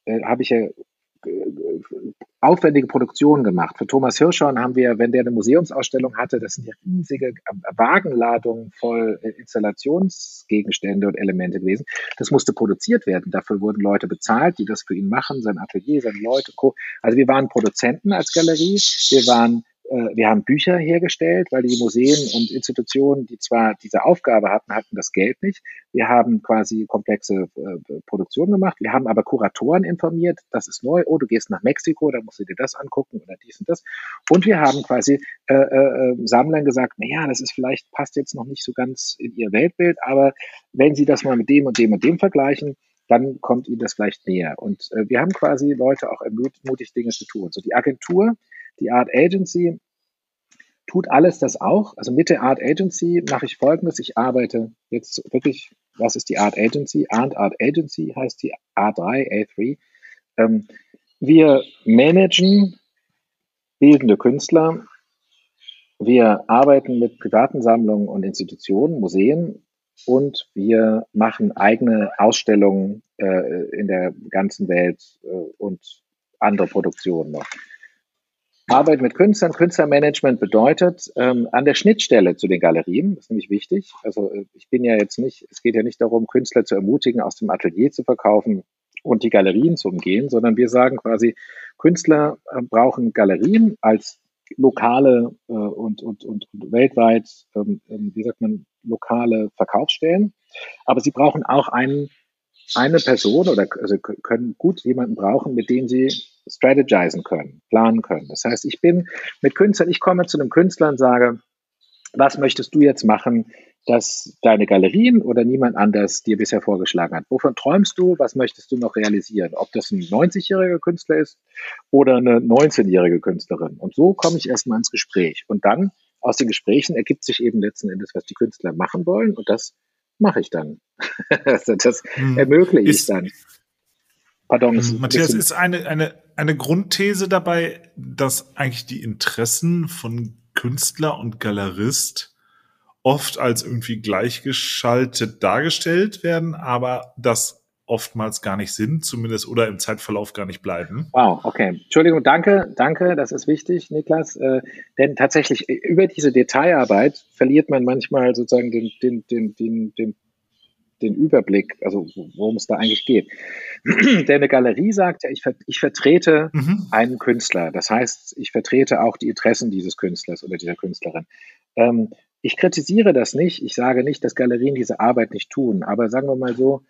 aufwendige Produktionen gemacht. Für Thomas Hirschhorn haben wir, wenn der eine Museumsausstellung hatte, das sind ja riesige Wagenladungen voll Installationsgegenstände und Elemente gewesen. Das musste produziert werden. Dafür wurden Leute bezahlt, die das für ihn machen, sein Atelier, seine Leute, Co. Also wir waren Produzenten als Galerie. Wir haben Bücher hergestellt, weil die Museen und Institutionen, die zwar diese Aufgabe hatten das Geld nicht. Wir haben quasi komplexe Produktionen gemacht. Wir haben aber Kuratoren informiert, das ist neu. Oh, du gehst nach Mexiko, da musst du dir das angucken oder dies und das. Und wir haben quasi Sammlern gesagt, naja, passt jetzt noch nicht so ganz in ihr Weltbild, aber wenn Sie das mal mit dem und dem und dem vergleichen, dann kommt Ihnen das vielleicht näher. Und wir haben quasi Leute auch ermutigt, Dinge zu tun. So die Agentur, die Art Agency tut alles das auch. Also mit der Art Agency mache ich Folgendes. Ich arbeite jetzt wirklich, was ist die Art Agency? Art Agency heißt die A3. Wir managen bildende Künstler. Wir arbeiten mit privaten Sammlungen und Institutionen, Museen, und wir machen eigene Ausstellungen in der ganzen Welt und andere Produktionen noch. Arbeit mit Künstlern, Künstlermanagement bedeutet an der Schnittstelle zu den Galerien, das ist nämlich wichtig. Also ich bin ja jetzt nicht, es geht ja nicht darum, Künstler zu ermutigen, aus dem Atelier zu verkaufen und die Galerien zu umgehen, sondern wir sagen quasi, Künstler brauchen Galerien als lokale und weltweit, wie sagt man, lokale Verkaufsstellen. Aber sie brauchen auch eine Person oder also können gut jemanden brauchen, mit dem sie strategisen können, planen können. Das heißt, ich bin mit Künstlern, ich komme zu einem Künstler und sage, was möchtest du jetzt machen, dass deine Galerien oder niemand anders dir bisher vorgeschlagen hat? Wovon träumst du? Was möchtest du noch realisieren? Ob das ein 90-jähriger Künstler ist oder eine 19-jährige Künstlerin. Und so komme ich erstmal ins Gespräch. Und dann aus den Gesprächen ergibt sich eben letzten Endes, was die Künstler machen wollen. Und das mache ich dann. Das ermögliche ich dann. Pardon. Matthias, ist eine Grundthese dabei, dass eigentlich die Interessen von Künstler und Galerist oft als irgendwie gleichgeschaltet dargestellt werden, aber das oftmals gar nicht sind, zumindest oder im Zeitverlauf gar nicht bleiben. Wow, okay. Entschuldigung, danke, das ist wichtig, Niklas. Denn tatsächlich über diese Detailarbeit verliert man manchmal sozusagen den Überblick, also worum es da eigentlich geht. Denn eine Galerie sagt ja, ich vertrete einen Künstler. Das heißt, ich vertrete auch die Interessen dieses Künstlers oder dieser Künstlerin. Ich kritisiere das nicht. Ich sage nicht, dass Galerien diese Arbeit nicht tun. Aber sagen wir mal so,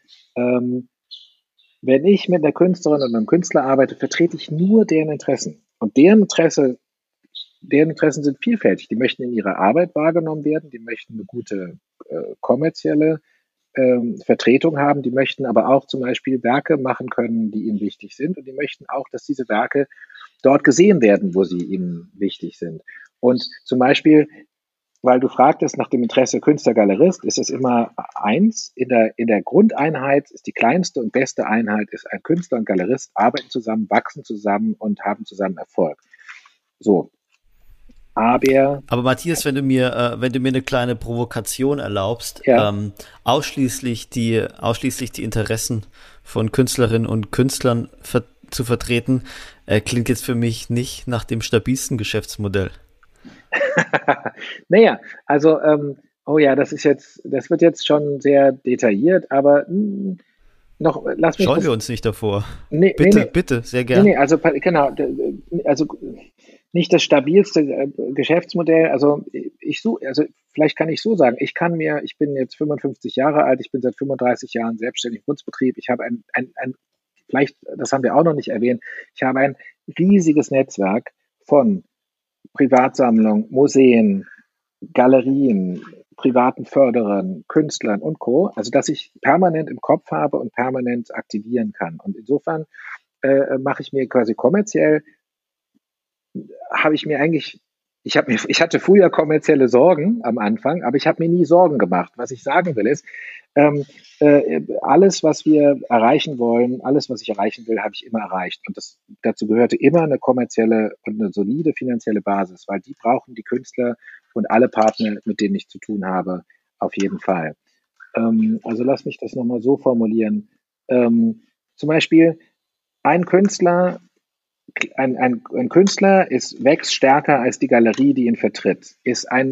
wenn ich mit einer Künstlerin oder einem Künstler arbeite, vertrete ich nur deren Interessen. Und deren Interessen sind vielfältig. Die möchten in ihrer Arbeit wahrgenommen werden. Die möchten eine gute kommerzielle Vertretung haben. Die möchten aber auch zum Beispiel Werke machen können, die ihnen wichtig sind. Und die möchten auch, dass diese Werke dort gesehen werden, wo sie ihnen wichtig sind. Und zum Beispiel, weil du fragtest nach dem Interesse Künstler-Galerist, ist es immer eins. In der Grundeinheit ist die kleinste und beste Einheit, ist ein Künstler und Galerist arbeiten zusammen, wachsen zusammen und haben zusammen Erfolg. So. Aber Matthias, wenn du mir eine kleine Provokation erlaubst, ja. Ausschließlich die Interessen von Künstlerinnen und Künstlern zu vertreten, klingt jetzt für mich nicht nach dem stabilsten Geschäftsmodell. Naja, also, das wird jetzt schon sehr detailliert, aber noch, lass mich. Scheuen wir uns nicht davor. Bitte, sehr gerne. Also, genau, also, nicht das stabilste Geschäftsmodell. Also, vielleicht kann ich so sagen, ich bin jetzt 55 Jahre alt, ich bin seit 35 Jahren selbstständig im Kunstbetrieb. Ich habe vielleicht, das haben wir auch noch nicht erwähnt, ich habe ein riesiges Netzwerk von Privatsammlungen, Museen, Galerien, privaten Förderern, Künstlern und Co., also dass ich permanent im Kopf habe und permanent aktivieren kann. Und insofern mache ich mir quasi kommerziell, ich hatte früher kommerzielle Sorgen am Anfang, aber ich habe mir nie Sorgen gemacht. Was ich sagen will ist, alles, was wir erreichen wollen, alles, was ich erreichen will, habe ich immer erreicht. Und dazu gehörte immer eine kommerzielle und eine solide finanzielle Basis, weil die brauchen die Künstler und alle Partner, mit denen ich zu tun habe, auf jeden Fall. Also lass mich das nochmal so formulieren. Zum Beispiel ein Künstler wächst stärker als die Galerie, die ihn vertritt. Wie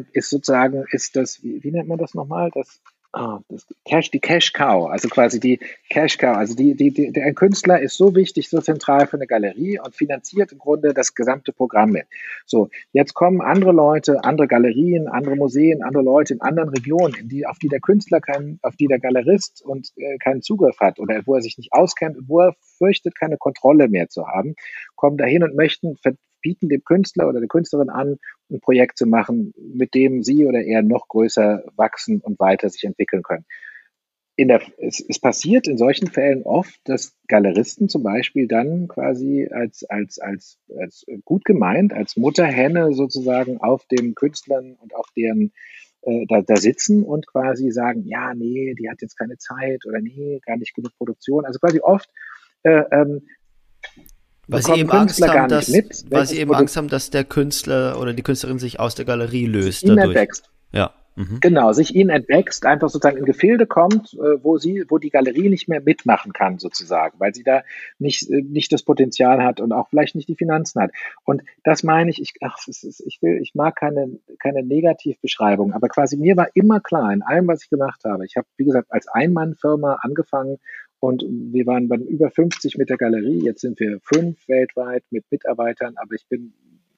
nennt man das nochmal? Die Cash Cow, also quasi die Cash Cow. Also ein Künstler ist so wichtig, so zentral für eine Galerie und finanziert im Grunde das gesamte Programm mit. So, jetzt kommen andere Leute, andere Galerien, andere Museen, andere Leute in anderen Regionen, auf die der Künstler auf die der Galerist keinen Zugriff hat oder wo er sich nicht auskennt und wo er fürchtet, keine Kontrolle mehr zu haben, kommen dahin und bieten dem Künstler oder der Künstlerin an, ein Projekt zu machen, mit dem sie oder er noch größer wachsen und weiter sich entwickeln können. es passiert in solchen Fällen oft, dass Galeristen zum Beispiel dann quasi als gut gemeint, als Mutterhenne sozusagen auf den Künstlern und auf deren da sitzen und quasi sagen, ja, nee, die hat jetzt keine Zeit oder nee, gar nicht genug Produktion. Also quasi oft äh, ähm, Weil sie eben Künstler gar nicht mit, weil sie eben Angst haben, dass der Künstler oder die Künstlerin sich aus der Galerie löst dadurch. Wächst. Ja. Mhm. Genau, sich ihnen entwächst, einfach sozusagen in Gefilde kommt, wo die Galerie nicht mehr mitmachen kann, sozusagen, weil sie da nicht das Potenzial hat und auch vielleicht nicht die Finanzen hat. Und das meine ich mag keine Negativbeschreibung, aber quasi mir war immer klar in allem, was ich gemacht habe. Ich habe, wie gesagt, als Ein-Mann-Firma angefangen und wir waren dann über 50 mit der Galerie. Jetzt sind wir 5 weltweit mit Mitarbeitern, aber ich bin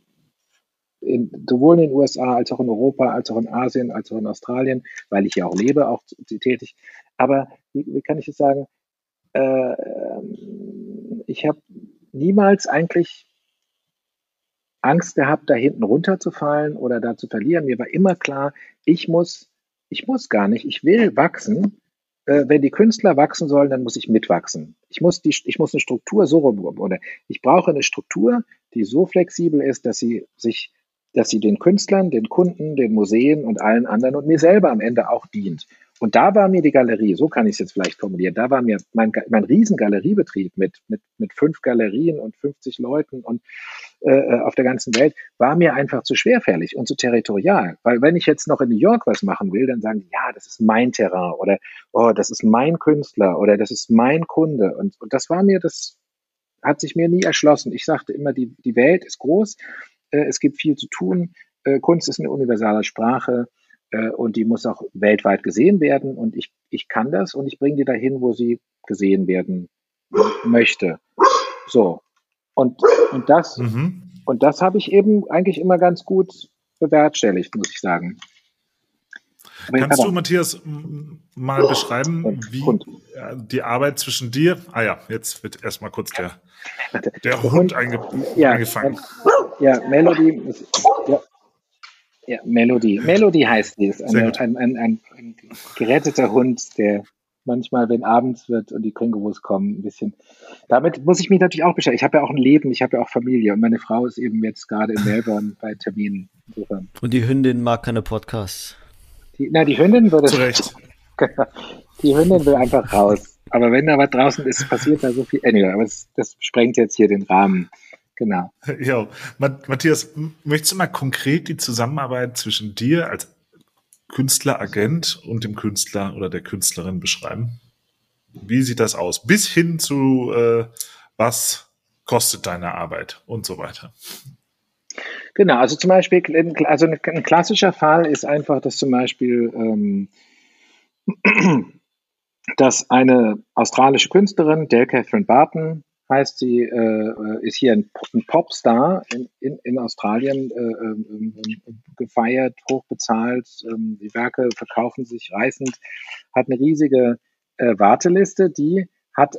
sowohl in den USA als auch in Europa, als auch in Asien, als auch in Australien, weil ich ja auch lebe, auch tätig. Aber wie kann ich es sagen? Äh, Ich habe niemals eigentlich Angst gehabt, da hinten runterzufallen oder da zu verlieren. Mir war immer klar, ich muss gar nicht, ich will wachsen. Wenn die Künstler wachsen sollen, dann muss ich mitwachsen. Ich muss eine Struktur so rum, oder ich brauche eine Struktur, die so flexibel ist, dass sie den Künstlern, den Kunden, den Museen und allen anderen und mir selber am Ende auch dient. Und da war mir die Galerie, so kann ich es jetzt vielleicht formulieren, da war mir mein Riesengaleriebetrieb mit 5 Galerien und 50 Leuten und auf der ganzen Welt, war mir einfach zu schwerfällig und zu territorial. Weil wenn ich jetzt noch in New York was machen will, dann sagen die, ja, das ist mein Terrain oder oh, das ist mein Künstler oder das ist mein Kunde. Und das hat sich mir nie erschlossen. Ich sagte immer, die Welt ist groß, es gibt viel zu tun, Kunst ist eine universale Sprache und die muss auch weltweit gesehen werden und ich kann das und ich bringe die dahin, wo sie gesehen werden möchte. So. Und das, und das habe ich eben eigentlich immer ganz gut bewerkstelligt, muss ich sagen. Kannst du, Matthias, mal beschreiben, wie die Arbeit zwischen dir, jetzt wird erstmal kurz der Hund eingefangen. Ja, Melody, Melody heißt die, ist ein geretteter Hund, der manchmal, wenn abends wird und die Kängurus kommen, ein bisschen. Damit muss ich mich natürlich auch beschäftigen. Ich habe ja auch ein Leben, ich habe ja auch Familie und meine Frau ist eben jetzt gerade in Melbourne bei Terminen. Insofern. Und die Hündin mag keine Podcasts. Die Hündin würde. Zurecht. Die Hündin will einfach raus. Aber wenn da was draußen ist, passiert da so viel. Anyway, aber das sprengt jetzt hier den Rahmen. Genau. Ja, Matthias, möchtest du mal konkret die Zusammenarbeit zwischen dir als Künstleragent und dem Künstler oder der Künstlerin beschreiben? Wie sieht das aus? Bis hin zu, was kostet deine Arbeit und so weiter. Genau, also zum Beispiel, ein klassischer Fall ist einfach, dass zum Beispiel, dass eine australische Künstlerin, Dale Catherine Barton, heißt sie, ist hier ein Popstar in Australien, gefeiert, hochbezahlt, die Werke verkaufen sich reißend, hat eine riesige Warteliste, die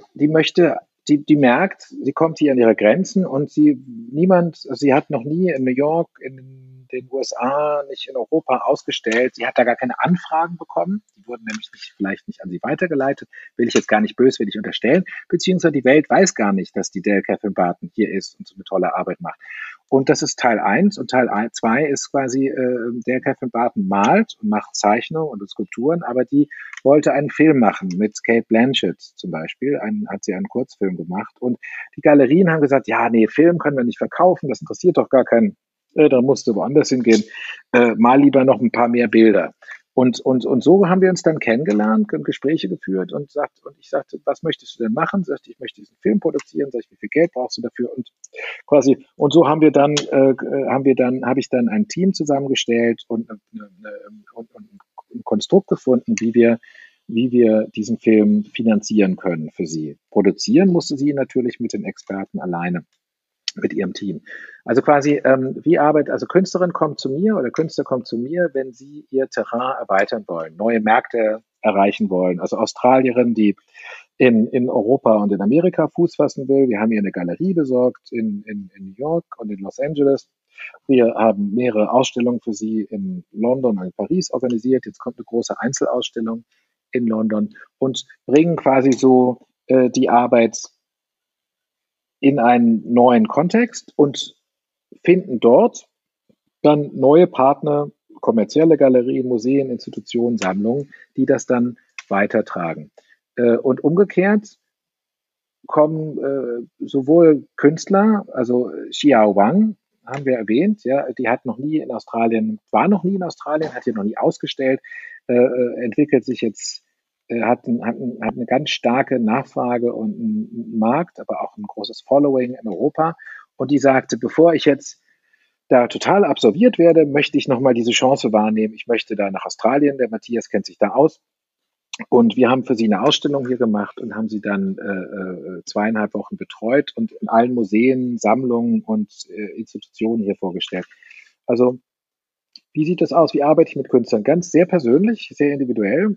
merkt, sie kommt hier an ihre Grenzen und sie hat noch nie in New York, in den USA, nicht in Europa ausgestellt. Sie hat da gar keine Anfragen bekommen. Die wurden nämlich vielleicht nicht an sie weitergeleitet. Will ich jetzt gar nicht böswillig unterstellen. Beziehungsweise die Welt weiß gar nicht, dass die Dale Catherine Barton hier ist und so eine tolle Arbeit macht. Und das ist Teil 1 und Teil 2 ist quasi, Dale Catherine Barton malt und macht Zeichnungen und Skulpturen, aber die wollte einen Film machen mit Cate Blanchett zum Beispiel, hat sie einen Kurzfilm gemacht und die Galerien haben gesagt, ja, nee, Film können wir nicht verkaufen, das interessiert doch gar keinen, da musst du woanders hingehen, mal lieber noch ein paar mehr Bilder. Und so haben wir uns dann kennengelernt, Gespräche geführt und ich sagte, was möchtest du denn machen? Sagte, ich möchte diesen Film produzieren, sag ich, wie viel Geld brauchst du dafür? Und so habe ich dann ein Team zusammengestellt und ein Konstrukt gefunden, wie wir diesen Film finanzieren können für sie. Produzieren musste sie natürlich mit den Experten alleine, mit ihrem Team. Also quasi, also Künstlerin kommt zu mir oder Künstler kommt zu mir, wenn sie ihr Terrain erweitern wollen, neue Märkte erreichen wollen. Also Australierin, die in Europa und in Amerika Fuß fassen will. Wir haben ihr eine Galerie besorgt in New York und in Los Angeles. Wir haben mehrere Ausstellungen für sie in London und in Paris organisiert. Jetzt kommt eine große Einzelausstellung in London und bringen quasi so die Arbeit in einen neuen Kontext und finden dort dann neue Partner, kommerzielle Galerien, Museen, Institutionen, Sammlungen, die das dann weitertragen. Und umgekehrt kommen sowohl Künstler, also Xiao Wang, haben wir erwähnt, ja, die war noch nie in Australien, hat hier noch nie ausgestellt, entwickelt sich jetzt, hat eine ganz starke Nachfrage und einen Markt, aber auch ein großes Following in Europa. Und die sagte, bevor ich jetzt da total absorbiert werde, möchte ich nochmal diese Chance wahrnehmen. Ich möchte da nach Australien, der Matthias kennt sich da aus. Und wir haben für sie eine Ausstellung hier gemacht und haben sie dann 2,5 Wochen betreut und in allen Museen, Sammlungen und Institutionen hier vorgestellt. Also, wie sieht das aus? Wie arbeite ich mit Künstlern? Ganz sehr persönlich, sehr individuell,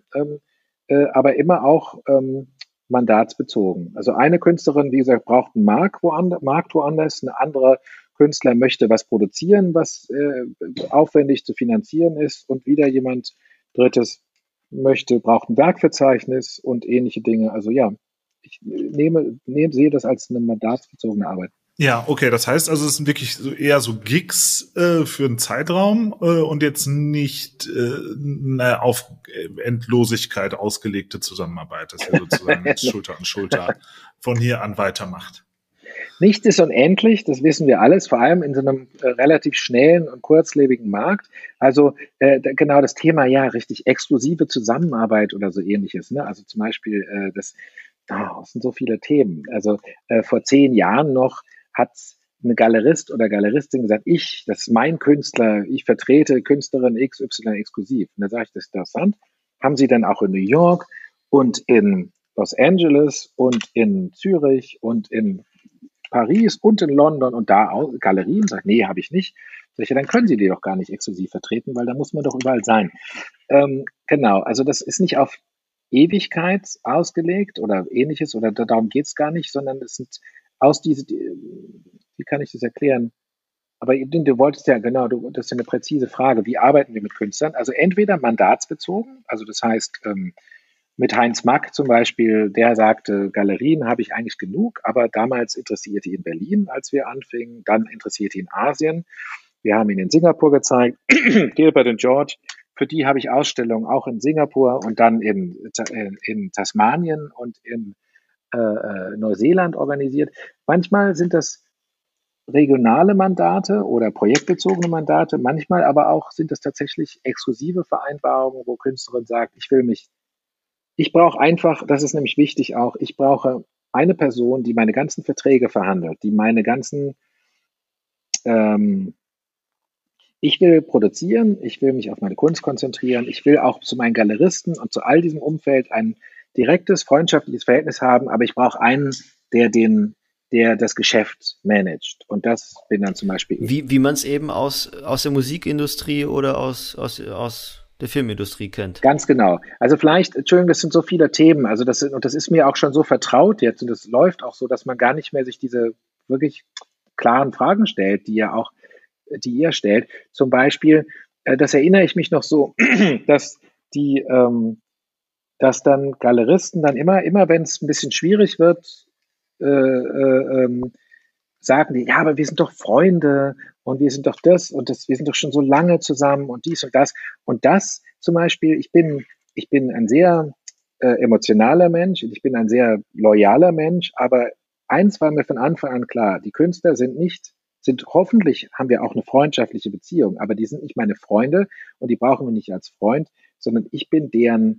aber immer auch mandatsbezogen. Also eine Künstlerin, wie gesagt, braucht einen Markt woanders, eine andere Künstler möchte was produzieren, was aufwendig zu finanzieren ist und wieder jemand Drittes braucht ein Werkverzeichnis und ähnliche Dinge. Also ja, ich sehe das als eine mandatsbezogene Arbeit. Ja, okay, das heißt also, es sind wirklich eher so Gigs für einen Zeitraum und jetzt nicht eine auf Endlosigkeit ausgelegte Zusammenarbeit, dass ihr sozusagen jetzt Schulter an Schulter von hier an weitermacht. Nichts ist unendlich, das wissen wir alles, vor allem in so einem relativ schnellen und kurzlebigen Markt. Also genau das Thema, ja, richtig exklusive Zusammenarbeit oder so ähnliches. Ne? Also zum Beispiel, das sind so viele Themen. Also vor 10 Jahren noch hat eine Galerist oder Galeristin gesagt, das ist mein Künstler, ich vertrete Künstlerin XY exklusiv. Und da sage ich, das ist interessant. Haben sie dann auch in New York und in Los Angeles und in Zürich und in Paris und in London und da auch Galerien, sagt, nee, habe ich nicht. Sag ich, ja, dann können sie die doch gar nicht exklusiv vertreten, weil da muss man doch überall sein. Genau, also das ist nicht auf Ewigkeit ausgelegt oder ähnliches oder darum geht es gar nicht, sondern es sind wie kann ich das erklären? Aber du wolltest ja, genau, das ist ja eine präzise Frage, wie arbeiten wir mit Künstlern? Also entweder mandatsbezogen, also das heißt, mit Heinz Mack zum Beispiel, der sagte, Galerien habe ich eigentlich genug, aber damals interessierte ihn Berlin, als wir anfingen, dann interessierte ihn Asien. Wir haben ihn in Singapur gezeigt, Gilbert und George, für die habe ich Ausstellungen auch in Singapur und dann in Tasmanien und in Neuseeland organisiert. Manchmal sind das regionale Mandate oder projektbezogene Mandate, manchmal aber auch sind das tatsächlich exklusive Vereinbarungen, wo Künstlerin sagt, ich brauche einfach, das ist nämlich wichtig auch, ich brauche eine Person, die meine ganzen Verträge verhandelt, die meine ganzen, ich will produzieren, ich will mich auf meine Kunst konzentrieren, ich will auch zu meinen Galeristen und zu all diesem Umfeld ein direktes, freundschaftliches Verhältnis haben, aber ich brauche einen, der das Geschäft managt. Und das bin dann zum Beispiel ich. Wie man es eben aus der Musikindustrie oder aus der Filmindustrie kennt. Ganz genau. Also vielleicht, Entschuldigung, das sind so viele Themen. Also das ist mir auch schon so vertraut jetzt und das läuft auch so, dass man gar nicht mehr sich diese wirklich klaren Fragen stellt, die ihr stellt. Zum Beispiel, das erinnere ich mich noch so, dass dass dann Galeristen dann immer wenn es ein bisschen schwierig wird, sagen die, ja, aber wir sind doch Freunde und wir sind doch das und das, wir sind doch schon so lange zusammen und dies und das. Und das zum Beispiel, ich bin ein sehr emotionaler Mensch, ich bin ein sehr loyaler Mensch, aber eins war mir von Anfang an klar, die Künstler hoffentlich haben wir auch eine freundschaftliche Beziehung, aber die sind nicht meine Freunde und die brauchen wir nicht als Freund, sondern ich bin deren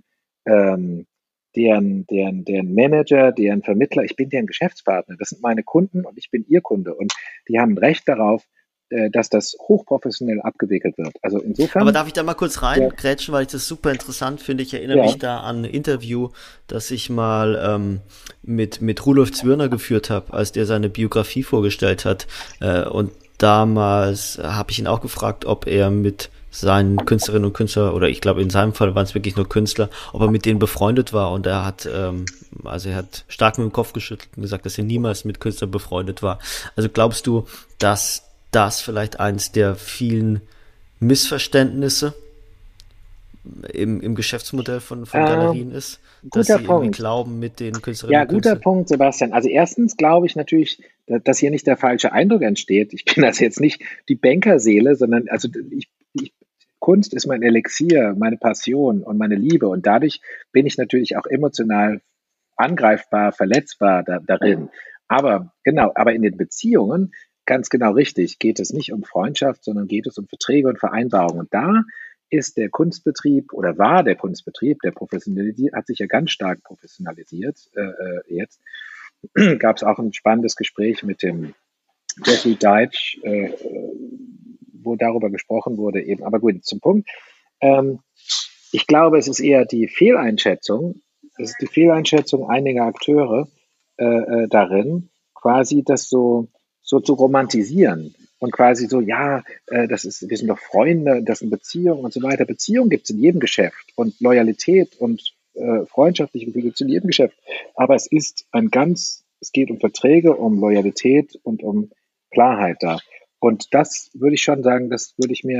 Manager, deren Vermittler, ich bin deren Geschäftspartner. Das sind meine Kunden und ich bin ihr Kunde. Und die haben ein Recht darauf, dass das hochprofessionell abgewickelt wird. Also insofern. Aber darf ich da mal kurz reingrätschen, weil ich das super interessant finde. Ich erinnere mich da an ein Interview, das ich mal mit Rudolf Zwirner geführt habe, als der seine Biografie vorgestellt hat. Und damals habe ich ihn auch gefragt, ob er mit seinen Künstlerinnen und Künstlern, oder ich glaube in seinem Fall waren es wirklich nur Künstler, ob er mit denen befreundet war, und er hat stark mit dem Kopf geschüttelt und gesagt, dass er niemals mit Künstlern befreundet war. Also glaubst du, dass das vielleicht eins der vielen Missverständnisse im Geschäftsmodell von Galerien ist, dass guter sie irgendwie Punkt. glauben mit den Künstlerinnen Ja, und guter Künstlern? Punkt, Sebastian. Also erstens glaube ich natürlich, dass hier nicht der falsche Eindruck entsteht. Ich bin also jetzt nicht die Bankerseele, sondern also Kunst ist mein Elixier, meine Passion und meine Liebe. Und dadurch bin ich natürlich auch emotional angreifbar, verletzbar darin. Aber genau, aber in den Beziehungen, ganz genau richtig, geht es nicht um Freundschaft, sondern geht es um Verträge und Vereinbarungen. Und da ist der Kunstbetrieb oder war der Kunstbetrieb, der professionalisiert, hat sich ja ganz stark professionalisiert jetzt. Gab es auch ein spannendes Gespräch mit dem Jeffrey Deitch, wo darüber gesprochen wurde eben. Aber gut, zum Punkt. Ich glaube, es ist eher die Fehleinschätzung, einiger Akteure darin, quasi das so zu romantisieren und quasi so, ja, wir sind doch Freunde, das sind Beziehungen und so weiter. Beziehungen gibt es in jedem Geschäft und Loyalität und freundschaftliche Gefühle gibt es in jedem Geschäft. Aber es geht um Verträge, um Loyalität und um Klarheit da. Und das würde ich schon sagen, das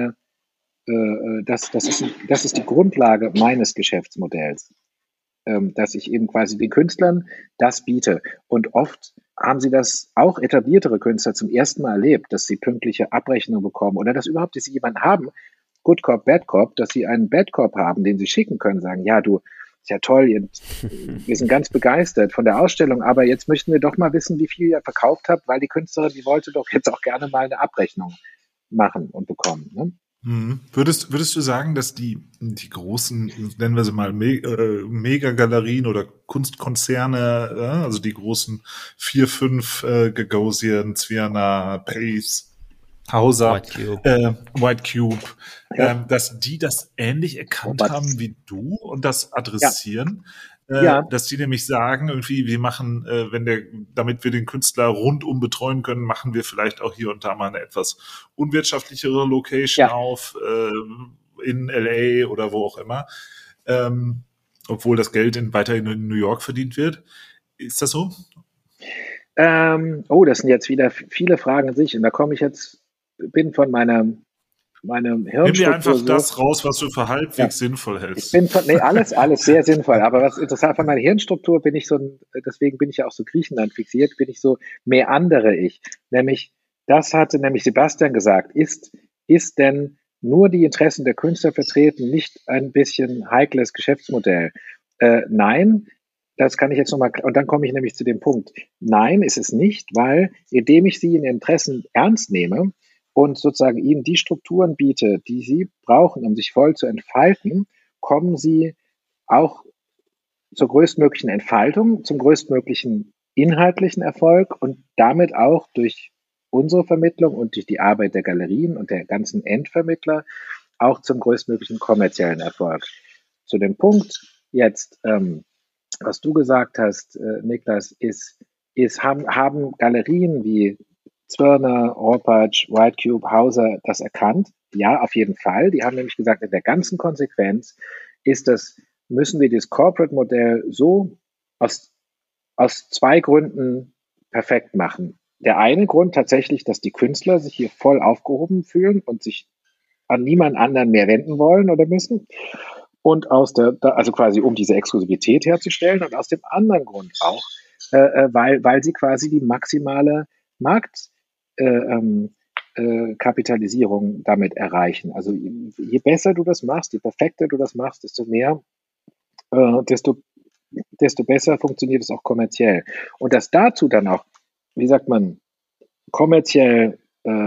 ist die Grundlage meines Geschäftsmodells, dass ich eben quasi den Künstlern das biete. Und oft haben sie das auch etabliertere Künstler zum ersten Mal erlebt, dass sie pünktliche Abrechnung bekommen oder dass überhaupt, dass sie jemanden haben, Good Cop, Bad Cop, dass sie einen Bad Cop haben, den sie schicken können, sagen, ja, du, ist ja toll, wir sind ganz begeistert von der Ausstellung, aber jetzt möchten wir doch mal wissen, wie viel ihr verkauft habt, weil die Künstlerin, die wollte doch jetzt auch gerne mal eine Abrechnung machen und bekommen. Ne? Würdest du sagen, dass die großen, nennen wir sie mal, Megagalerien oder Kunstkonzerne, also die großen 4, 5 Gagosian, Zwirner, Pace, Hauser, White Cube, dass die das ähnlich erkannt haben wie du und das adressieren? Dass die nämlich sagen, irgendwie, wir machen, damit wir den Künstler rundum betreuen können, machen wir vielleicht auch hier und da mal eine etwas unwirtschaftlichere Location auf, in LA oder wo auch immer, obwohl das Geld weiterhin in New York verdient wird. Ist das so? Das sind jetzt wieder viele Fragen an sich und da bin von meinem Hirnstruktur. Nimm dir einfach das raus, was du für halbwegs sinnvoll hältst. Alles sehr sinnvoll. Aber was interessant von meiner Hirnstruktur deswegen bin ich ja auch so Griechenland fixiert, meandere ich. Das hatte nämlich Sebastian gesagt, ist denn nur die Interessen der Künstler vertreten, nicht ein bisschen heikles Geschäftsmodell? Nein, das kann ich jetzt nochmal, und dann komme ich nämlich zu dem Punkt. Nein, ist es nicht, weil indem ich sie in ihren Interessen ernst nehme, und sozusagen ihnen die Strukturen biete, die sie brauchen, um sich voll zu entfalten, kommen sie auch zur größtmöglichen Entfaltung, zum größtmöglichen inhaltlichen Erfolg und damit auch durch unsere Vermittlung und durch die Arbeit der Galerien und der ganzen Endvermittler auch zum größtmöglichen kommerziellen Erfolg. Zu dem Punkt jetzt, was du gesagt hast, Niklas, haben Galerien wie Zwirner, Orpatsch, White Cube, Hauser das erkannt? Ja, auf jeden Fall. Die haben nämlich gesagt, in der ganzen Konsequenz müssen wir das Corporate-Modell so aus 2 Gründen perfekt machen. Der eine Grund tatsächlich, dass die Künstler sich hier voll aufgehoben fühlen und sich an niemand anderen mehr wenden wollen oder müssen. Und also quasi um diese Exklusivität herzustellen und aus dem anderen Grund auch, weil sie quasi die maximale Marktkapitalisierung damit erreichen. Also je besser du das machst, je perfekter du das machst, desto besser funktioniert es auch kommerziell. Und dass dazu dann auch, wie sagt man, kommerziell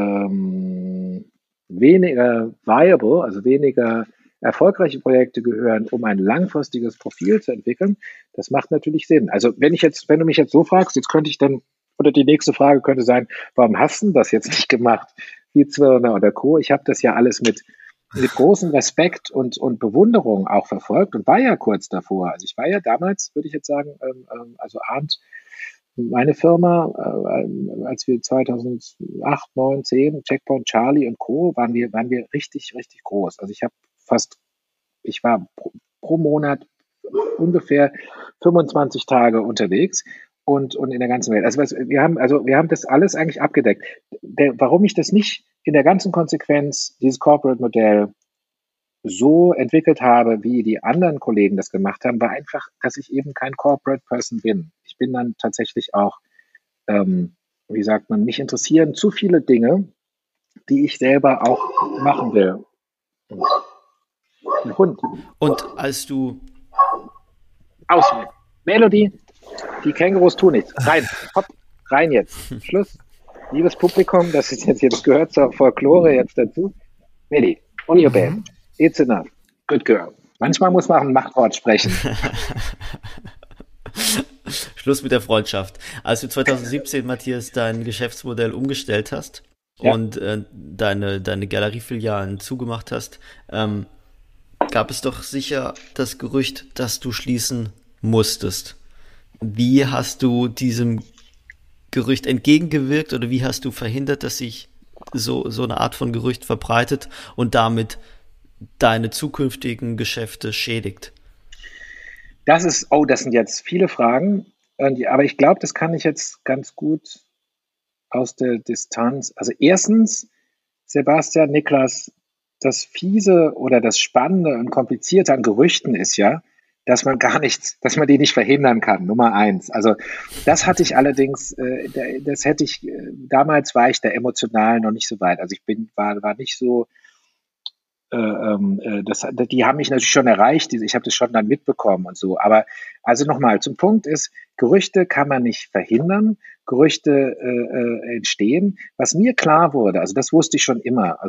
weniger viable, also weniger erfolgreiche Projekte gehören, um ein langfristiges Profil zu entwickeln, das macht natürlich Sinn. Also wenn du mich jetzt so fragst, jetzt könnte ich dann, oder die nächste Frage könnte sein, warum hast du das jetzt nicht gemacht, wie Zwirner oder Co.? Ich habe das ja alles mit großem Respekt und Bewunderung auch verfolgt und war ja kurz davor. Also ich war ja damals, würde ich jetzt sagen, also Arndt, meine Firma, als wir 2008, 9, 10, Checkpoint Charlie und Co., waren wir richtig, richtig groß. Also ich war pro Monat ungefähr 25 Tage unterwegs und in der ganzen Welt. Also wir haben das alles eigentlich abgedeckt. Warum ich das nicht in der ganzen Konsequenz, dieses Corporate-Modell so entwickelt habe, wie die anderen Kollegen das gemacht haben, war einfach, dass ich eben kein Corporate Person bin. Ich bin dann tatsächlich auch, wie sagt man, mich interessieren zu viele Dinge, die ich selber auch machen will. Ein Hund. Und als du... Aus. Melody, die Kängurus tun nichts. Rein, hopp, rein jetzt. Schluss. Liebes Publikum, das ist jetzt gehört zur Folklore jetzt dazu. Melody, on your bed. It's enough. Good girl. Manchmal muss man auch ein Machtwort sprechen. Schluss mit der Freundschaft. Als du 2017, Matthias, dein Geschäftsmodell umgestellt hast und deine Galeriefilialen zugemacht hast, gab es doch sicher das Gerücht, dass du schließen musstest. Wie hast du diesem Gerücht entgegengewirkt oder wie hast du verhindert, dass sich so eine Art von Gerücht verbreitet und damit deine zukünftigen Geschäfte schädigt? Das sind jetzt viele Fragen, aber ich glaube, das kann ich jetzt ganz gut aus der Distanz. Also erstens, Sebastian, Niklas, das Fiese oder das Spannende und Komplizierte an Gerüchten ist ja, dass man die nicht verhindern kann, Nummer 1. Also das hatte ich allerdings, damals war ich da emotional noch nicht so weit. Also war nicht so, die haben mich natürlich schon erreicht, ich habe das schon dann mitbekommen und so. Aber also nochmal, zum Punkt ist, Gerüchte kann man nicht verhindern, Gerüchte entstehen. Was mir klar wurde, also das wusste ich schon immer,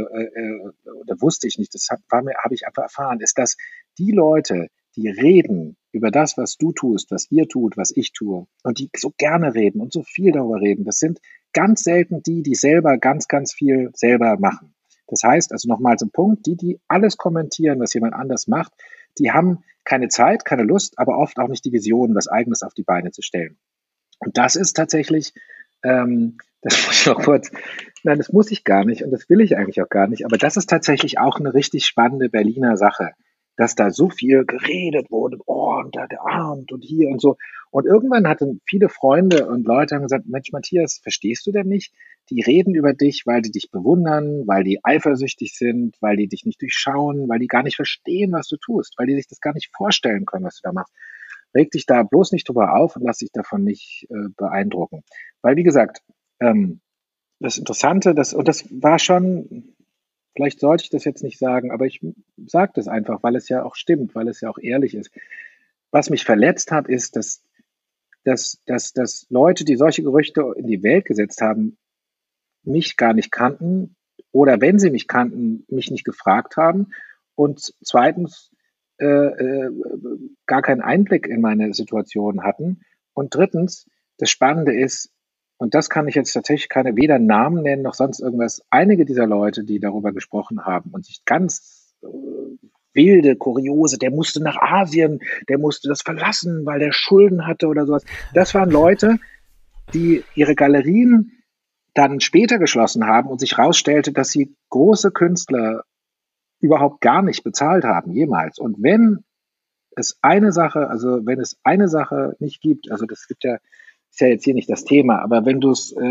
oder wusste ich nicht, habe ich einfach erfahren, ist, dass die Leute, die reden über das, was du tust, was ihr tut, was ich tue, und die so gerne reden und so viel darüber reden, das sind ganz selten die selber ganz, ganz viel selber machen. Das heißt, also nochmal zum Punkt, die alles kommentieren, was jemand anders macht, die haben keine Zeit, keine Lust, aber oft auch nicht die Vision, was Eigenes auf die Beine zu stellen. Und das ist tatsächlich, das muss ich noch kurz, nein, das muss ich gar nicht und das will ich eigentlich auch gar nicht, aber das ist tatsächlich auch eine richtig spannende Berliner Sache, dass da so viel geredet wurde, und da der Abend und hier und so. Und irgendwann hatten viele Freunde und Leute haben gesagt, Mensch, Matthias, verstehst du denn nicht? Die reden über dich, weil die dich bewundern, weil die eifersüchtig sind, weil die dich nicht durchschauen, weil die gar nicht verstehen, was du tust, weil die sich das gar nicht vorstellen können, was du da machst. Reg dich da bloß nicht drüber auf und lass dich davon nicht beeindrucken. Weil, wie gesagt, das Interessante, das war schon, vielleicht sollte ich das jetzt nicht sagen, aber ich sage das einfach, weil es ja auch stimmt, weil es ja auch ehrlich ist. Was mich verletzt hat, ist, dass Leute, die solche Gerüchte in die Welt gesetzt haben, mich gar nicht kannten oder wenn sie mich kannten, mich nicht gefragt haben und zweitens gar keinen Einblick in meine Situation hatten und drittens, das Spannende ist, und das kann ich jetzt tatsächlich weder Namen nennen noch sonst irgendwas, einige dieser Leute, die darüber gesprochen haben und sich ganz wilde, kuriose, der musste nach Asien, der musste das verlassen, weil der Schulden hatte oder sowas. Das waren Leute, die ihre Galerien dann später geschlossen haben und sich herausstellte, dass sie große Künstler überhaupt gar nicht bezahlt haben, jemals. Und wenn es eine Sache nicht gibt, also das gibt ja, ist ja jetzt hier nicht das Thema, aber wenn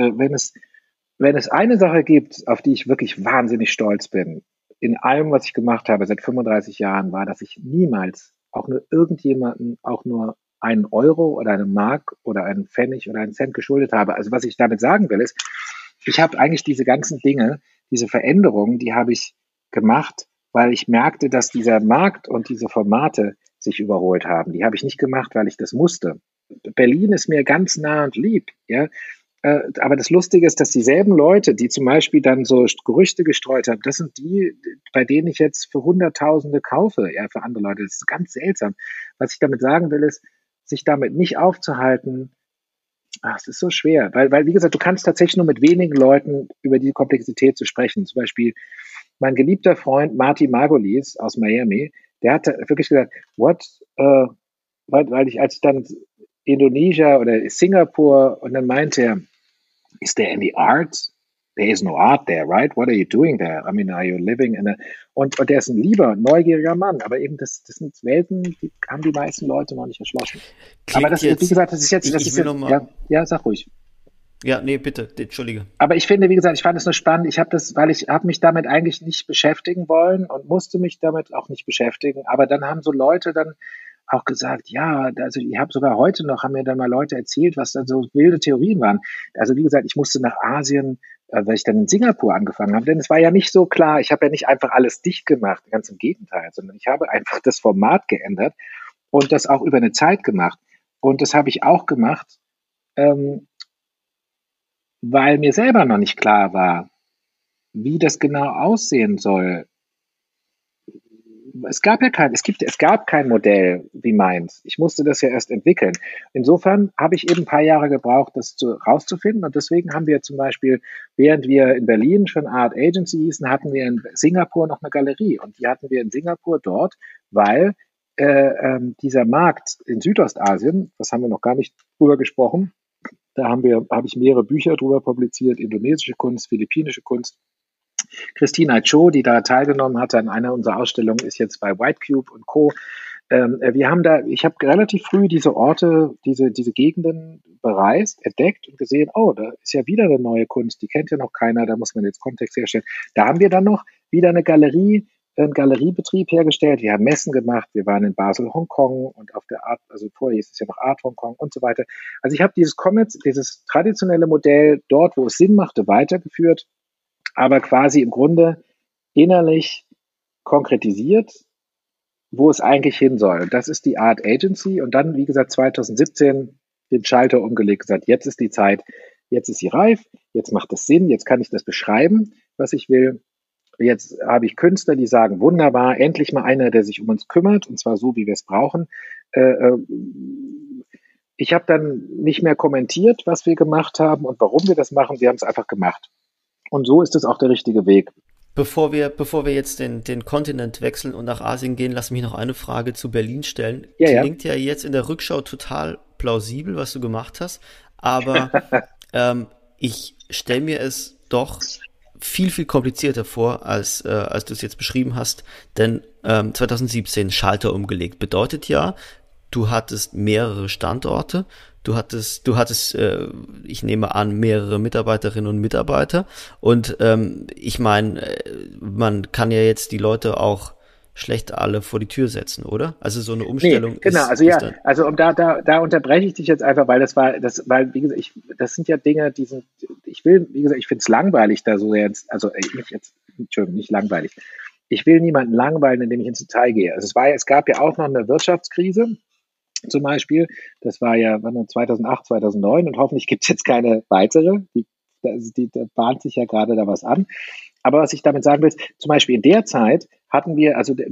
es eine Sache gibt, auf die ich wirklich wahnsinnig stolz bin, in allem, was ich gemacht habe seit 35 Jahren, war, dass ich niemals auch nur irgendjemanden auch nur einen Euro oder eine Mark oder einen Pfennig oder einen Cent geschuldet habe. Also was ich damit sagen will, ist, ich habe eigentlich diese ganzen Dinge, diese Veränderungen, die habe ich gemacht, weil ich merkte, dass dieser Markt und diese Formate sich überholt haben. Die habe ich nicht gemacht, weil ich das musste. Berlin ist mir ganz nah und lieb, ja. Aber das Lustige ist, dass dieselben Leute, die zum Beispiel dann so Gerüchte gestreut haben, das sind die, bei denen ich jetzt für Hunderttausende kaufe, ja, für andere Leute. Das ist ganz seltsam. Was ich damit sagen will, ist, sich damit nicht aufzuhalten, es ist so schwer, weil, wie gesagt, du kannst tatsächlich nur mit wenigen Leuten über die Komplexität zu sprechen. Zum Beispiel mein geliebter Freund Marty Margolis aus Miami, der hat wirklich gesagt, als ich dann Indonesia oder Singapur und dann meinte er, is there any art? There is no art there, right? What are you doing there? I mean, are you living in a... Und der ist ein lieber, neugieriger Mann, aber eben das sind Welten, die haben die meisten Leute noch nicht erschlossen. Klingt aber das, jetzt, wie gesagt, das ist jetzt... Ja, sag ruhig. Ja, nee, bitte, entschuldige. Aber ich finde, wie gesagt, ich fand es nur spannend. Weil ich habe mich damit eigentlich nicht beschäftigen wollen und musste mich damit auch nicht beschäftigen. Aber dann haben so Leute dann auch gesagt, ja, also ich habe sogar heute noch, haben mir dann mal Leute erzählt, was dann so wilde Theorien waren. Also wie gesagt, ich musste nach Asien, weil ich dann in Singapur angefangen habe. Denn es war ja nicht so klar, ich habe ja nicht einfach alles dicht gemacht, ganz im Gegenteil, sondern ich habe einfach das Format geändert und das auch über eine Zeit gemacht. Und das habe ich auch gemacht, ähm, weil mir selber noch nicht klar war, wie das genau aussehen soll. Es gab kein Modell wie meins. Ich musste das ja erst entwickeln. Insofern habe ich eben ein paar Jahre gebraucht, rauszufinden. Und deswegen haben wir zum Beispiel, während wir in Berlin schon Art Agency hießen, hatten wir in Singapur noch eine Galerie. Und die hatten wir in Singapur dort, weil dieser Markt in Südostasien, das haben wir noch gar nicht drüber gesprochen, habe ich mehrere Bücher drüber publiziert, indonesische Kunst, philippinische Kunst. Christina Cho, die da teilgenommen hatte an einer unserer Ausstellungen, ist jetzt bei White Cube und Co. Ich habe relativ früh diese Orte, diese Gegenden bereist, entdeckt und gesehen, oh, da ist ja wieder eine neue Kunst, die kennt ja noch keiner, da muss man jetzt Kontext herstellen. Da haben wir dann noch wieder einen Galeriebetrieb hergestellt. Wir haben Messen gemacht, wir waren in Basel, Hongkong und auf der Art, also vorher hieß es ja noch Art Hongkong und so weiter. Also ich habe dieses traditionelle Modell dort, wo es Sinn machte, weitergeführt, aber quasi im Grunde innerlich konkretisiert, wo es eigentlich hin soll. Und das ist die Art Agency. Und dann, wie gesagt, 2017 den Schalter umgelegt, gesagt, jetzt ist die Zeit, jetzt ist sie reif, jetzt macht es Sinn, jetzt kann ich das beschreiben, was ich will. Jetzt habe ich Künstler, die sagen, wunderbar, endlich mal einer, der sich um uns kümmert, und zwar so, wie wir es brauchen. Ich habe dann nicht mehr kommentiert, was wir gemacht haben und warum wir das machen. Wir haben es einfach gemacht. Und so ist es auch der richtige Weg. Bevor wir jetzt den Kontinent wechseln und nach Asien gehen, lass mich noch eine Frage zu Berlin stellen. Ja. Klingt ja jetzt in der Rückschau total plausibel, was du gemacht hast, aber ich stelle mir es doch viel, viel komplizierter vor, als du es jetzt beschrieben hast, denn 2017 Schalter umgelegt bedeutet ja, du hattest mehrere Standorte, du hattest, ich nehme an, mehrere Mitarbeiterinnen und Mitarbeiter. Und ich meine, man kann ja jetzt die Leute auch schlecht alle vor die Tür setzen, oder? Also so eine Umstellung genau, ist. Also ja, also da unterbreche ich dich jetzt einfach, weil wie gesagt, das sind ja Dinge, wie gesagt, ich finde es langweilig, da so jetzt, also Entschuldigung, nicht langweilig. Ich will niemanden langweilen, indem ich ins Detail gehe. Also es gab ja auch noch eine Wirtschaftskrise, zum Beispiel. Das war ja 2008, 2009 und hoffentlich gibt es jetzt keine weitere. Da bahnt sich ja gerade da was an. Aber was ich damit sagen will, zum Beispiel in der Zeit hatten wir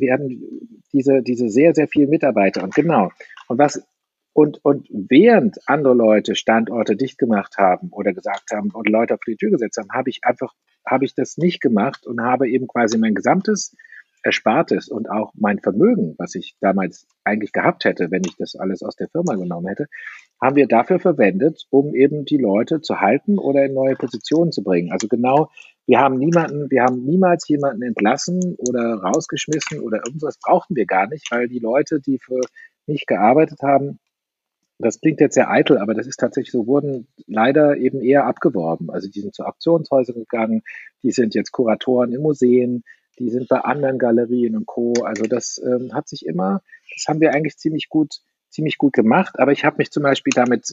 diese sehr, sehr vielen Mitarbeiter und genau. Und während andere Leute Standorte dicht gemacht haben oder gesagt haben oder Leute auf die Tür gesetzt haben, habe ich das nicht gemacht und habe eben quasi mein gesamtes Erspartes und auch mein Vermögen, was ich damals eigentlich gehabt hätte, wenn ich das alles aus der Firma genommen hätte, haben wir dafür verwendet, um eben die Leute zu halten oder in neue Positionen zu bringen. Also genau, wir haben niemals jemanden entlassen oder rausgeschmissen oder irgendwas brauchten wir gar nicht, weil die Leute, die für mich gearbeitet haben, das klingt jetzt sehr eitel, aber das ist tatsächlich so, wurden leider eben eher abgeworben. Also die sind zu Auktionshäusern gegangen, die sind jetzt Kuratoren in Museen, die sind bei anderen Galerien und Co. Also das das haben wir eigentlich ziemlich gut gemacht, aber ich habe mich zum Beispiel damit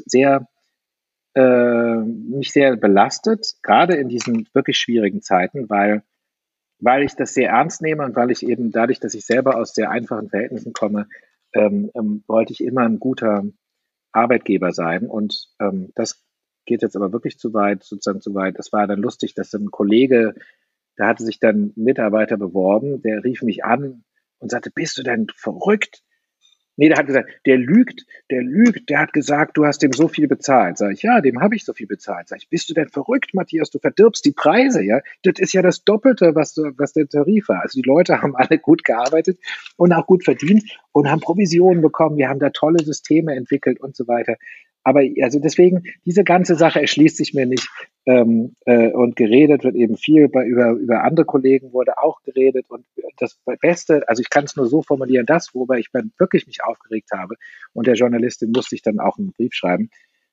mich sehr belastet, gerade in diesen wirklich schwierigen Zeiten, weil ich das sehr ernst nehme und weil ich eben dadurch, dass ich selber aus sehr einfachen Verhältnissen komme, wollte ich immer ein guter Arbeitgeber sein. Und das geht jetzt aber wirklich sozusagen zu weit. Das war dann lustig, dass ein Kollege, da hatte sich dann ein Mitarbeiter beworben, der rief mich an und sagte, bist du denn verrückt? Nee, der hat gesagt, der lügt, der hat gesagt, du hast dem so viel bezahlt. Sag ich, ja, dem habe ich so viel bezahlt. Sag ich, bist du denn verrückt, Matthias? Du verdirbst die Preise, ja? Das ist ja das Doppelte, was der Tarif war. Also die Leute haben alle gut gearbeitet und auch gut verdient und haben Provisionen bekommen. Wir haben da tolle Systeme entwickelt und so weiter. Aber also deswegen, diese ganze Sache erschließt sich mir nicht. Und geredet wird eben viel, über andere Kollegen wurde auch geredet. Und das Beste, also ich kann es nur so formulieren, das, worüber ich wirklich mich aufgeregt habe, und der Journalistin musste ich dann auch einen Brief schreiben,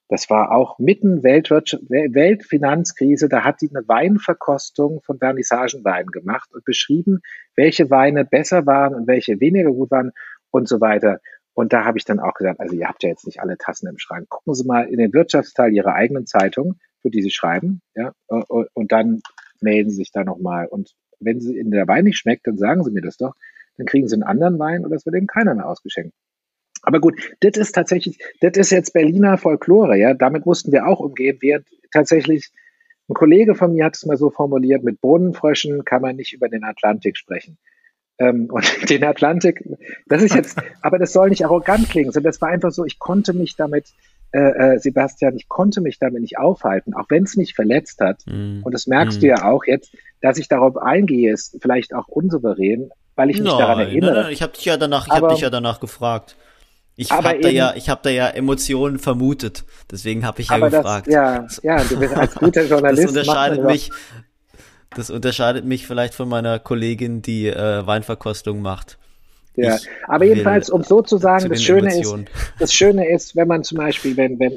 Das war auch mitten Weltfinanzkrise, da hat die eine Weinverkostung von Vernissagenweinen gemacht und beschrieben, welche Weine besser waren und welche weniger gut waren und so weiter. Und da habe ich dann auch gesagt, also ihr habt ja jetzt nicht alle Tassen im Schrank. Gucken Sie mal in den Wirtschaftsteil Ihrer eigenen Zeitung, für die Sie schreiben, ja, und dann melden Sie sich da nochmal. Und wenn Sie in der Wein nicht schmeckt, dann sagen Sie mir das doch. Dann kriegen Sie einen anderen Wein oder es wird eben keiner mehr ausgeschenkt. Aber gut, das ist tatsächlich, das ist jetzt Berliner Folklore, ja. Damit mussten wir auch umgehen, während tatsächlich ein Kollege von mir hat es mal so formuliert, mit Bohnenfröschen kann man nicht über den Atlantik sprechen. Und den Atlantik, das ist jetzt, aber das soll nicht arrogant klingen, sondern das war einfach so, ich konnte mich damit, Sebastian, ich konnte mich damit nicht aufhalten, auch wenn es mich verletzt hat. Und das merkst du ja auch jetzt, dass ich darauf eingehe, ist vielleicht auch unsouverän, weil ich mich daran erinnere. Nein, ich habe dich ja danach gefragt. Ich habe da ja Emotionen vermutet, deswegen habe ich ja gefragt. Du bist als guter Journalist. Das unterscheidet mich vielleicht von meiner Kollegin, die Weinverkostung macht. Ja, aber jedenfalls, um so zu sagen, das Schöne ist, wenn man zum Beispiel,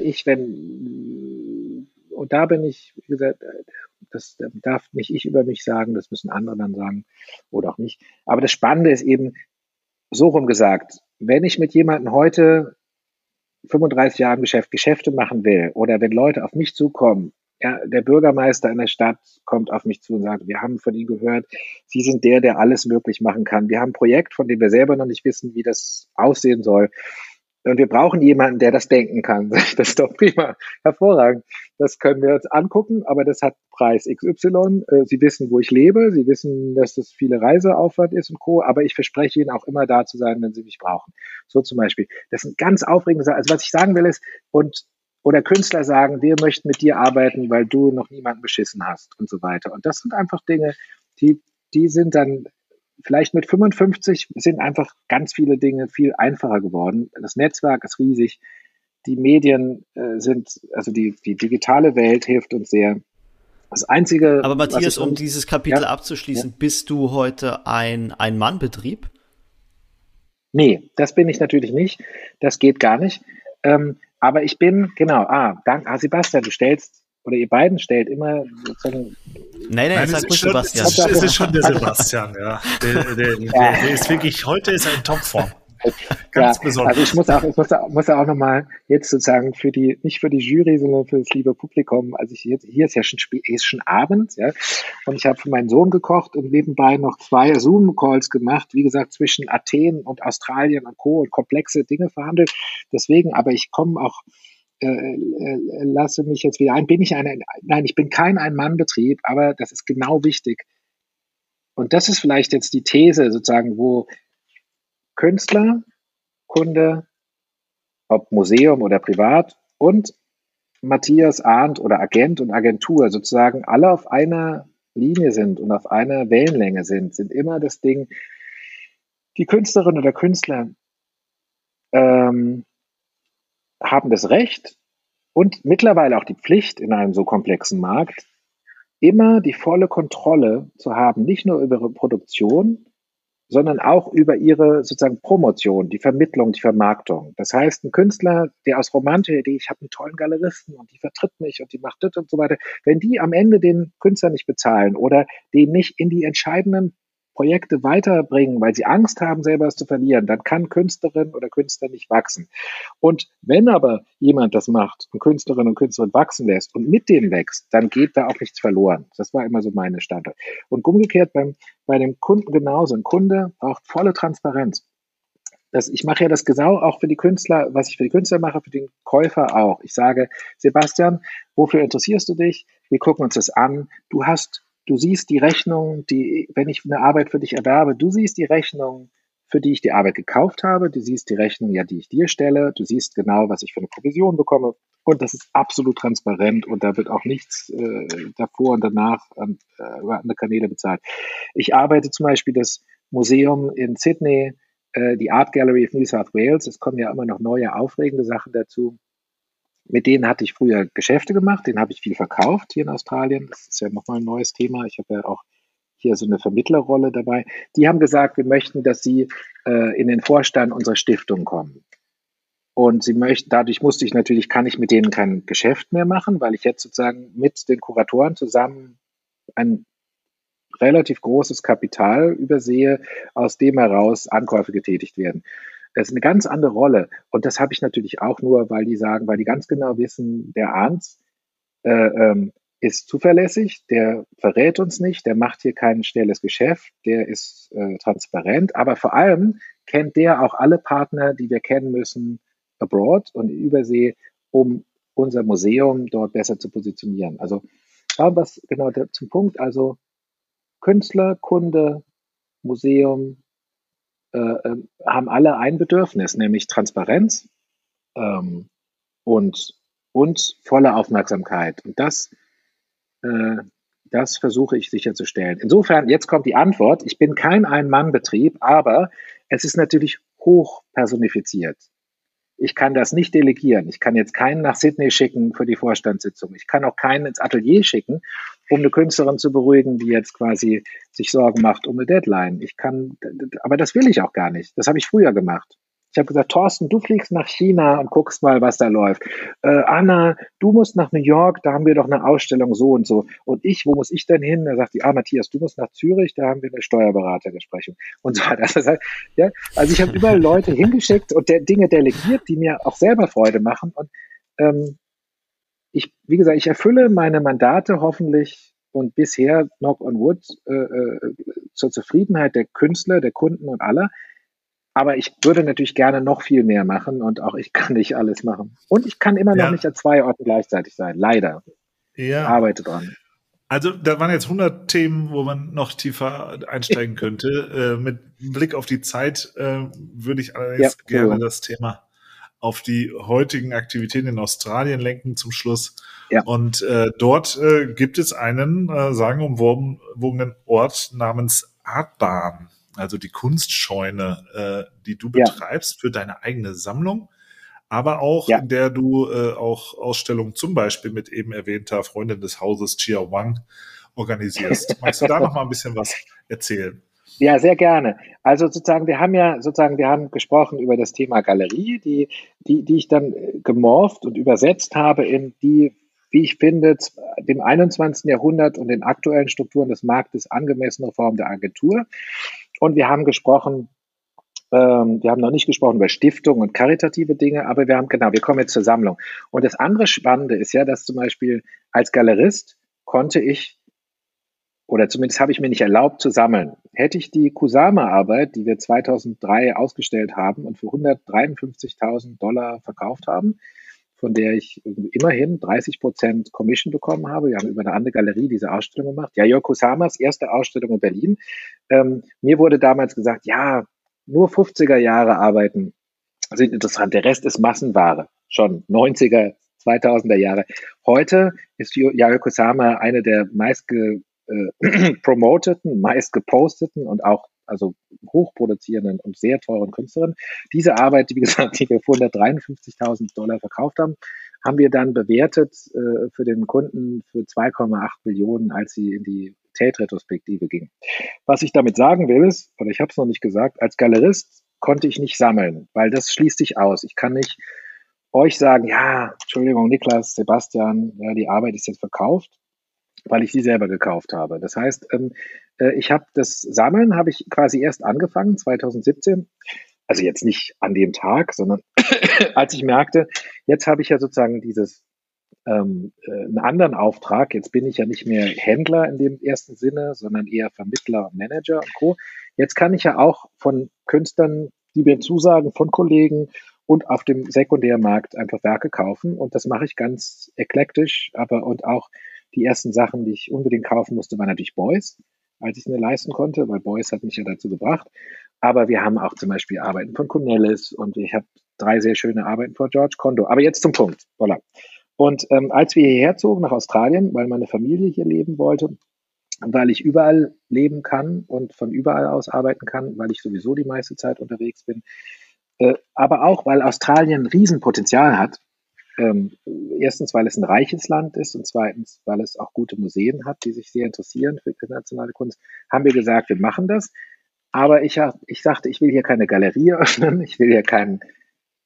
und da bin ich, wie gesagt, das darf nicht ich über mich sagen, das müssen andere dann sagen oder auch nicht. Aber das Spannende ist eben, so rum gesagt, wenn ich mit jemandem heute 35 Jahre im Geschäfte machen will oder wenn Leute auf mich zukommen, ja, der Bürgermeister in der Stadt kommt auf mich zu und sagt, wir haben von Ihnen gehört, Sie sind der alles möglich machen kann. Wir haben ein Projekt, von dem wir selber noch nicht wissen, wie das aussehen soll. Und wir brauchen jemanden, der das denken kann. Das ist doch prima, hervorragend. Das können wir uns angucken, aber das hat Preis XY. Sie wissen, wo ich lebe. Sie wissen, dass das viele Reiseaufwand ist und Co. Aber ich verspreche Ihnen auch immer da zu sein, wenn Sie mich brauchen. So zum Beispiel. Das sind ganz aufregende Sachen. Also was ich sagen will ist, oder Künstler sagen, wir möchten mit dir arbeiten, weil du noch niemanden beschissen hast und so weiter. Und das sind einfach Dinge, die sind dann vielleicht mit 55 sind einfach ganz viele Dinge viel einfacher geworden. Das Netzwerk ist riesig. Die Medien also die digitale Welt hilft uns sehr. Das Einzige. Aber Matthias, um dieses Kapitel abzuschließen, bist du heute ein Ein-Mann-Betrieb? Nee, das bin ich natürlich nicht. Das geht gar nicht. Aber ich bin, Sebastian, oder ihr beiden stellt immer sozusagen. Nein, sag ruhig Sebastian. Es ist schon der Sebastian, ja. Der ist wirklich, heute ist er in Topform. Ganz besonders. Also ich muss auch nochmal jetzt sozusagen nicht für die Jury, sondern für das liebe Publikum. Also hier ist ja schon Abend, ja. Und ich habe für meinen Sohn gekocht und nebenbei noch 2 Zoom-Calls gemacht, wie gesagt, zwischen Athen und Australien und Co. und komplexe Dinge verhandelt. Deswegen, aber ich komme auch, lasse mich jetzt wieder ein. Ich bin kein Ein-Mann-Betrieb, aber das ist genau wichtig. Und das ist vielleicht jetzt die These sozusagen, wo Künstler, Kunde, ob Museum oder privat und Matthias Arndt oder Agent und Agentur sozusagen alle auf einer Linie sind und auf einer Wellenlänge sind immer das Ding, die Künstlerin oder Künstler haben das Recht und mittlerweile auch die Pflicht in einem so komplexen Markt, immer die volle Kontrolle zu haben, nicht nur über ihre Produktion, sondern auch über ihre sozusagen Promotion, die Vermittlung, die Vermarktung. Das heißt, ein Künstler, der aus romantischer Idee, ich habe einen tollen Galeristen und die vertritt mich und die macht das und so weiter, wenn die am Ende den Künstler nicht bezahlen oder den nicht in die entscheidenden Projekte weiterbringen, weil sie Angst haben, selber es zu verlieren, dann kann Künstlerin oder Künstler nicht wachsen. Und wenn aber jemand das macht und Künstlerinnen und Künstler wachsen lässt und mit dem wächst, dann geht da auch nichts verloren. Das war immer so meine Standard. Und umgekehrt bei dem Kunden genauso. Ein Kunde braucht volle Transparenz. Ich mache ja das genau auch für die Künstler, was ich für die Künstler mache, für den Käufer auch. Ich sage, Sebastian, wofür interessierst du dich? Wir gucken uns das an. Du siehst die Rechnung, wenn ich eine Arbeit für dich erwerbe, du siehst die Rechnung, für die ich die Arbeit gekauft habe, du siehst die Rechnung, die ich dir stelle, du siehst genau, was ich für eine Provision bekomme und das ist absolut transparent und da wird auch nichts davor und danach über andere Kanäle bezahlt. Ich arbeite zum Beispiel das Museum in Sydney, die Art Gallery of New South Wales, es kommen ja immer noch neue, aufregende Sachen dazu. Mit denen hatte ich früher Geschäfte gemacht, denen habe ich viel verkauft hier in Australien. Das ist ja nochmal ein neues Thema. Ich habe ja auch hier so eine Vermittlerrolle dabei. Die haben gesagt, wir möchten, dass sie in den Vorstand unserer Stiftung kommen. Und dadurch kann ich mit denen kein Geschäft mehr machen, weil ich jetzt sozusagen mit den Kuratoren zusammen ein relativ großes Kapital übersehe, aus dem heraus Ankäufe getätigt werden. Das ist eine ganz andere Rolle. Und das habe ich natürlich auch nur, weil die ganz genau wissen, der Arndt ist zuverlässig, der verrät uns nicht, der macht hier kein schnelles Geschäft, der ist transparent, aber vor allem kennt der auch alle Partner, die wir kennen müssen, abroad und in Übersee, um unser Museum dort besser zu positionieren. Also was genau zum Punkt, also Künstler, Kunde, Museum haben alle ein Bedürfnis, nämlich Transparenz und volle Aufmerksamkeit. Und das versuche ich sicherzustellen. Insofern, jetzt kommt die Antwort. Ich bin kein Ein-Mann-Betrieb, aber es ist natürlich hoch personifiziert. Ich kann das nicht delegieren. Ich kann jetzt keinen nach Sydney schicken für die Vorstandssitzung. Ich kann auch keinen ins Atelier schicken, um eine Künstlerin zu beruhigen, die jetzt quasi sich Sorgen macht um eine Deadline. Aber das will ich auch gar nicht. Das habe ich früher gemacht. Ich habe gesagt, Thorsten, du fliegst nach China und guckst mal, was da läuft. Anna, du musst nach New York, da haben wir doch eine Ausstellung so und so. Und wo muss ich denn hin? Da sagt die, Matthias, du musst nach Zürich, da haben wir eine Steuerberatergesprächung und so weiter. Das heißt, ja, also ich habe überall Leute hingeschickt und Dinge delegiert, die mir auch selber Freude machen. Und wie gesagt, ich erfülle meine Mandate hoffentlich und bisher, knock on wood, zur Zufriedenheit der Künstler, der Kunden und aller. Aber ich würde natürlich gerne noch viel mehr machen und auch ich kann nicht alles machen. Und ich kann immer noch nicht an 2 Orten gleichzeitig sein, leider. Ja. Ich arbeite dran. Also da waren jetzt 100 Themen, wo man noch tiefer einsteigen könnte. Mit Blick auf die Zeit würde ich allerdings gerne das Thema auf die heutigen Aktivitäten in Australien lenken zum Schluss. Ja. Und dort gibt es einen sagenumwobenen Ort namens Artbarn. Also die Kunstscheune, die du betreibst für deine eigene Sammlung, aber auch in der du auch Ausstellungen zum Beispiel mit eben erwähnter Freundin des Hauses Chia Wang organisierst. Magst du da noch mal ein bisschen was erzählen? Ja, sehr gerne. Also wir haben gesprochen über das Thema Galerie, die ich dann gemorpht und übersetzt habe in die, wie ich finde, dem 21. Jahrhundert und den aktuellen Strukturen des Marktes angemessene Form der Agentur. Und wir haben noch nicht gesprochen über Stiftung und karitative Dinge, aber wir kommen jetzt zur Sammlung. Und das andere Spannende ist ja, dass zum Beispiel als Galerist konnte ich, oder zumindest habe ich mir nicht erlaubt zu sammeln. Hätte ich die Kusama-Arbeit, die wir 2003 ausgestellt haben und für $153.000 verkauft haben, von der ich immerhin 30% Commission bekommen habe. Wir haben über eine andere Galerie diese Ausstellung gemacht. Yayoi Kusamas erste Ausstellung in Berlin. Mir wurde damals gesagt, ja, nur 50er Jahre Arbeiten sind interessant. Der Rest ist Massenware. Schon 90er, 2000er Jahre. Heute ist Yayoi Kusama eine der meist promoteten, meist geposteten und auch hochproduzierenden und sehr teuren Künstlerinnen. Diese Arbeit, wie gesagt, die wir für $153.000 verkauft haben, haben wir dann bewertet für den Kunden für 2,8 Millionen, als sie in die Tate-Retrospektive ging. Was ich damit sagen will ist, oder ich habe es noch nicht gesagt, als Galerist konnte ich nicht sammeln, weil das schließt sich aus. Ich kann nicht euch sagen, ja, Entschuldigung, Niklas, Sebastian, ja, die Arbeit ist jetzt verkauft, weil ich sie selber gekauft habe. Das heißt, ich habe das Sammeln habe ich quasi erst angefangen, 2017. Also jetzt nicht an dem Tag, sondern als ich merkte, jetzt habe ich ja sozusagen einen anderen Auftrag. Jetzt bin ich ja nicht mehr Händler in dem ersten Sinne, sondern eher Vermittler und Manager und Co. Jetzt kann ich ja auch von Künstlern, die mir zusagen, von Kollegen und auf dem Sekundärmarkt einfach Werke kaufen. Und das mache ich ganz eklektisch, und auch die ersten Sachen, die ich unbedingt kaufen musste, waren natürlich Beuys, als ich es mir leisten konnte, weil Beuys hat mich ja dazu gebracht. Aber wir haben auch zum Beispiel Arbeiten von Cornelis und ich habe 3 sehr schöne Arbeiten von George Condo. Aber jetzt zum Punkt. Voilà. Und als wir hierher zogen nach Australien, weil meine Familie hier leben wollte, weil ich überall leben kann und von überall aus arbeiten kann, weil ich sowieso die meiste Zeit unterwegs bin, aber auch, weil Australien ein Riesenpotenzial hat. Erstens, weil es ein reiches Land ist und zweitens, weil es auch gute Museen hat, die sich sehr interessieren für internationale Kunst, haben wir gesagt, wir machen das. Aber ich sagte, ich will hier keine Galerie öffnen, ich will hier keinen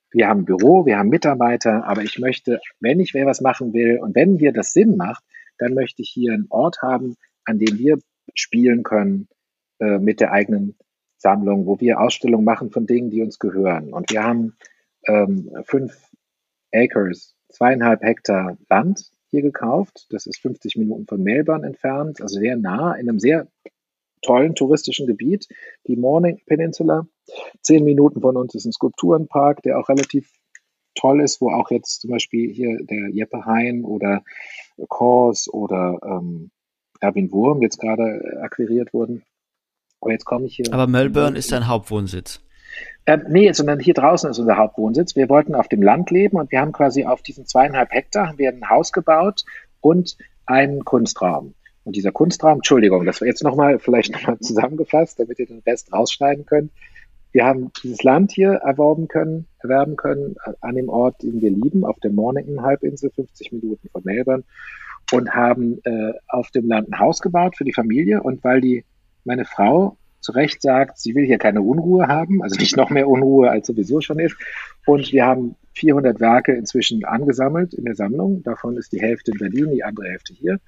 wir haben ein Büro, wir haben Mitarbeiter, aber ich möchte, wenn ich was machen will und wenn hier das Sinn macht, dann möchte ich hier einen Ort haben, an dem wir spielen können mit der eigenen Sammlung, wo wir Ausstellungen machen von Dingen, die uns gehören. Und wir haben 5 Acres, 2,5 Hektar Land hier gekauft. Das ist 50 Minuten von Melbourne entfernt, also sehr nah in einem sehr tollen touristischen Gebiet, die Morning Peninsula. 10 Minuten von uns ist ein Skulpturenpark, der auch relativ toll ist, wo auch jetzt zum Beispiel hier der Jeppe Hein oder Kors oder Erwin Wurm jetzt gerade akquiriert wurden. Aber jetzt komme ich hier. Aber Melbourne ist dein Hauptwohnsitz. Nee, sondern hier draußen ist unser Hauptwohnsitz. Wir wollten auf dem Land leben und wir haben quasi auf diesen 2,5 Hektar haben wir ein Haus gebaut und einen Kunstraum. Und dieser Kunstraum, Entschuldigung, das war jetzt vielleicht nochmal zusammengefasst, damit ihr den Rest rausschneiden könnt. Wir haben dieses Land hier erwerben können an dem Ort, den wir lieben, auf der Mornington-Halbinsel, 50 Minuten von Melbourne, und haben auf dem Land ein Haus gebaut für die Familie. Und weil meine Frau zu Recht sagt, sie will hier keine Unruhe haben, also nicht noch mehr Unruhe, als sowieso schon ist. Und wir haben 400 Werke inzwischen angesammelt in der Sammlung. Davon ist die Hälfte in Berlin, die andere Hälfte hier.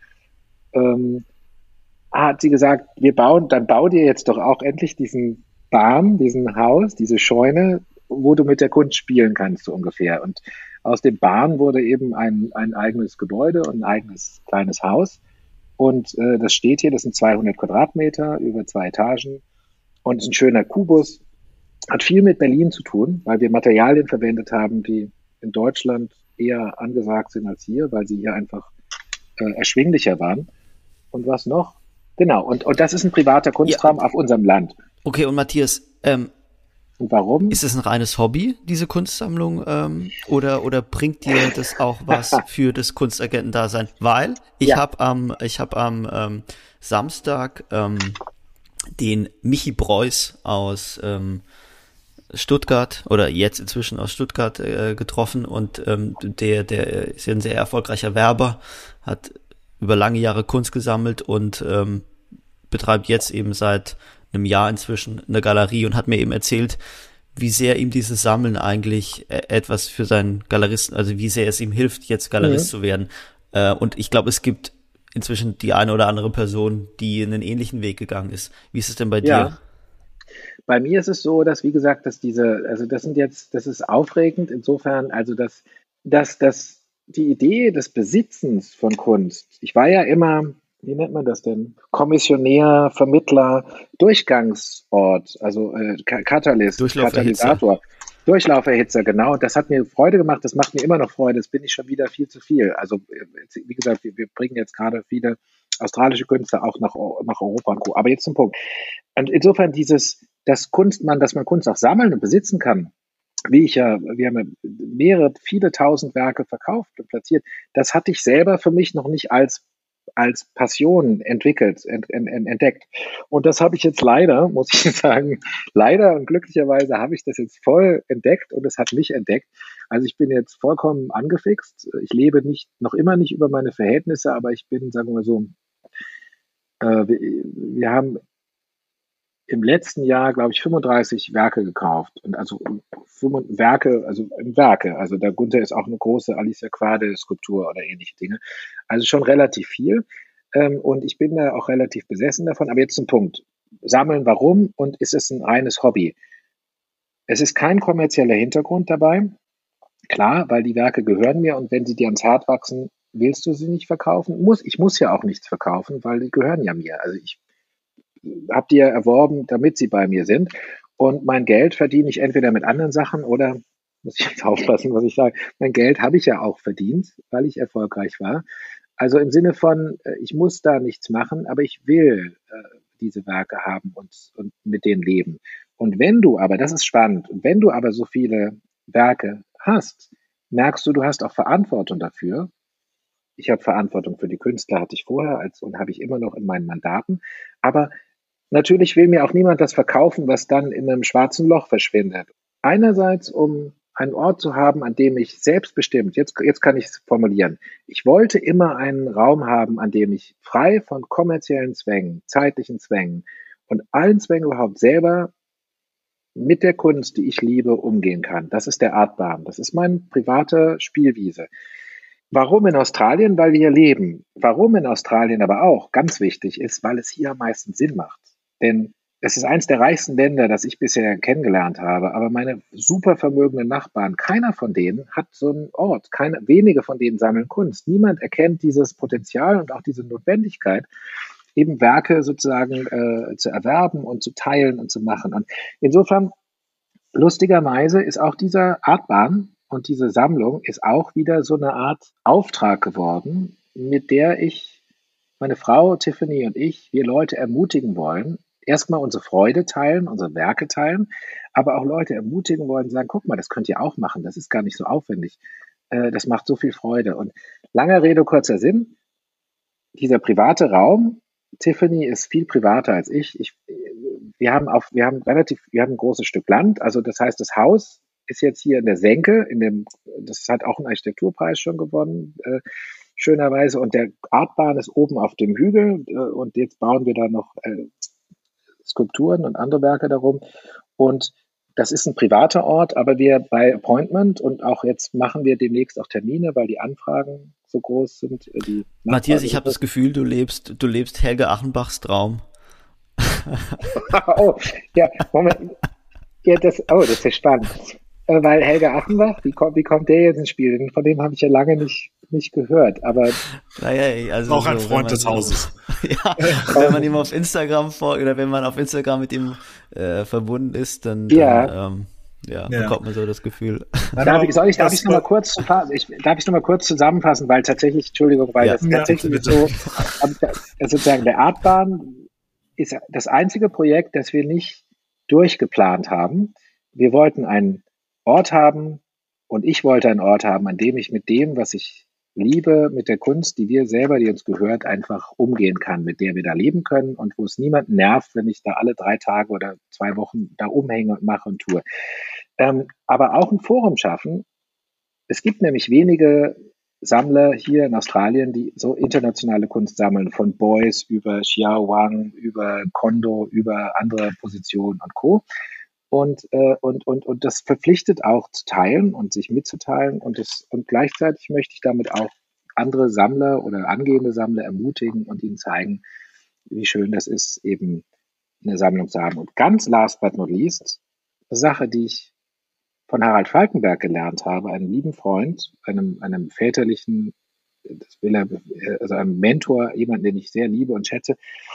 Hat sie gesagt, dann bau dir jetzt doch auch endlich diesen Haus, diese Scheune, wo du mit der Kunst spielen kannst, so ungefähr. Und aus dem Bahn wurde eben ein eigenes Gebäude und ein eigenes kleines Haus. Und das steht hier, das sind 200 Quadratmeter über 2 Etagen und ist ein schöner Kubus. Hat viel mit Berlin zu tun, weil wir Materialien verwendet haben, die in Deutschland eher angesagt sind als hier, weil sie hier einfach erschwinglicher waren. Und was noch? Genau, und das ist ein privater Kunstraum auf unserem Land. Okay, und Matthias, und warum? Ist es ein reines Hobby, diese Kunstsammlung, oder bringt dir das auch was für das Kunstagentendasein? Weil ich habe am Samstag den Michi Preuß aus Stuttgart oder jetzt inzwischen aus Stuttgart getroffen und der ist ja ein sehr erfolgreicher Werber, hat über lange Jahre Kunst gesammelt und betreibt jetzt eben seit einem Jahr inzwischen eine Galerie und hat mir eben erzählt, wie sehr ihm dieses Sammeln eigentlich etwas für seinen Galeristen, also wie sehr es ihm hilft, jetzt Galerist zu werden. Und ich glaube, es gibt inzwischen die eine oder andere Person, die einen ähnlichen Weg gegangen ist. Wie ist es denn bei dir? Bei mir ist es so, dass, wie gesagt, das ist aufregend insofern, also dass die Idee des Besitzens von Kunst, ich war ja immer, wie nennt man das denn? Kommissionär, Vermittler, Durchgangsort, also Katalysator, Durchlauferhitzer, genau. Das hat mir Freude gemacht, das macht mir immer noch Freude, das bin ich schon wieder viel zu viel. Also, wie gesagt, wir bringen jetzt gerade viele australische Künstler auch nach Europa und Co. Aber jetzt zum Punkt. Und insofern dass man Kunst auch sammeln und besitzen kann, wir haben ja viele tausend Werke verkauft und platziert, das hatte ich selber für mich noch nicht als Passion entdeckt. Und das habe ich jetzt leider, muss ich sagen, leider und glücklicherweise habe ich das jetzt voll entdeckt und es hat mich entdeckt. Also ich bin jetzt vollkommen angefixt. Ich lebe noch immer nicht über meine Verhältnisse, aber ich bin, sagen wir mal so, wir haben im letzten Jahr, glaube ich, 35 Werke gekauft. Und also Werke. Also der Gunther ist auch eine große Alicia Quade Skulptur oder ähnliche Dinge. Also schon relativ viel. Und ich bin da auch relativ besessen davon. Aber jetzt zum Punkt. Sammeln, warum? Und ist es ein reines Hobby? Es ist kein kommerzieller Hintergrund dabei. Klar, weil die Werke gehören mir und wenn sie dir ans Herz wachsen, willst du sie nicht verkaufen? Ich muss ja auch nichts verkaufen, weil die gehören ja mir. Also ich habe die ja erworben, damit sie bei mir sind. Und mein Geld verdiene ich entweder mit anderen Sachen oder, muss ich jetzt aufpassen, was ich sage, mein Geld habe ich ja auch verdient, weil ich erfolgreich war. Also im Sinne von, ich muss da nichts machen, aber ich will diese Werke haben und mit denen leben. Und wenn du aber, das ist spannend, und wenn du aber so viele Werke hast, merkst du hast auch Verantwortung dafür. Ich habe Verantwortung für die Künstler, hatte ich vorher und habe ich immer noch in meinen Mandaten. Aber natürlich will mir auch niemand das verkaufen, was dann in einem schwarzen Loch verschwindet. Einerseits, um einen Ort zu haben, an dem ich selbstbestimmt, jetzt kann ich es formulieren, ich wollte immer einen Raum haben, an dem ich frei von kommerziellen Zwängen, zeitlichen Zwängen und allen Zwängen überhaupt selber mit der Kunst, die ich liebe, umgehen kann. Das ist der Artbahn. Das ist meine private Spielwiese. Warum in Australien? Weil wir hier leben. Warum in Australien aber auch ganz wichtig ist, weil es hier am meisten Sinn macht. Denn es ist eines der reichsten Länder, das ich bisher kennengelernt habe. Aber meine super vermögenden Nachbarn, keiner von denen hat so einen Ort. Wenige von denen sammeln Kunst. Niemand erkennt dieses Potenzial und auch diese Notwendigkeit, eben Werke sozusagen zu erwerben und zu teilen und zu machen. Und insofern, lustigerweise ist auch dieser Artbahn und diese Sammlung ist auch wieder so eine Art Auftrag geworden, mit der ich, meine Frau Tiffany und ich, wir Leute ermutigen wollen, erstmal unsere Freude teilen, unsere Werke teilen, aber auch Leute ermutigen wollen, sagen, guck mal, das könnt ihr auch machen, das ist gar nicht so aufwendig, das macht so viel Freude. Und langer Rede, kurzer Sinn, dieser private Raum, Tiffany ist viel privater als ich. Wir haben ein großes Stück Land, also das heißt, das Haus ist jetzt hier in der Senke, das hat auch einen Architekturpreis schon gewonnen, schönerweise, und der Artbahn ist oben auf dem Hügel, und jetzt bauen wir da noch Skulpturen und andere Werke darum, und das ist ein privater Ort, aber wir bei Appointment und auch jetzt machen wir demnächst auch Termine, weil die Anfragen so groß sind. Matthias, ich habe das Gefühl, du lebst Helge Achenbachs Traum. Oh, ja, Moment. Ja, das ist ja spannend. Weil Helge Achenbach, wie kommt der jetzt ins Spiel? Von dem habe ich ja lange nicht gehört, aber. Naja, also auch ein Freund des Hauses. Ja, wenn man ihm auf Instagram wenn man auf Instagram mit ihm verbunden ist, dann bekommt man so das Gefühl. Darf ich noch mal kurz zusammenfassen, weil tatsächlich, Entschuldigung, weil das tatsächlich so, sozusagen der Artbahn ist das einzige Projekt, das wir nicht durchgeplant haben. Wir wollten einen Ort haben und ich wollte einen Ort haben, an dem ich mit dem, was ich liebe, mit der Kunst, die uns gehört, einfach umgehen kann, mit der wir da leben können und wo es niemanden nervt, wenn ich da alle 3 Tage oder 2 Wochen da umhänge und mache und tue. Aber auch ein Forum schaffen. Es gibt nämlich wenige Sammler hier in Australien, die so internationale Kunst sammeln, von Beuys über Xiao Wang, über Kondo, über andere Positionen und Co. Und das verpflichtet auch zu teilen und sich mitzuteilen. Und gleichzeitig möchte ich damit auch andere Sammler oder angehende Sammler ermutigen und ihnen zeigen, wie schön das ist, eben eine Sammlung zu haben. Und ganz last but not least, eine Sache, die ich von Harald Falkenberg gelernt habe, einem lieben Freund, einem väterlichen, also einem Mentor, jemanden, den ich sehr liebe und schätze,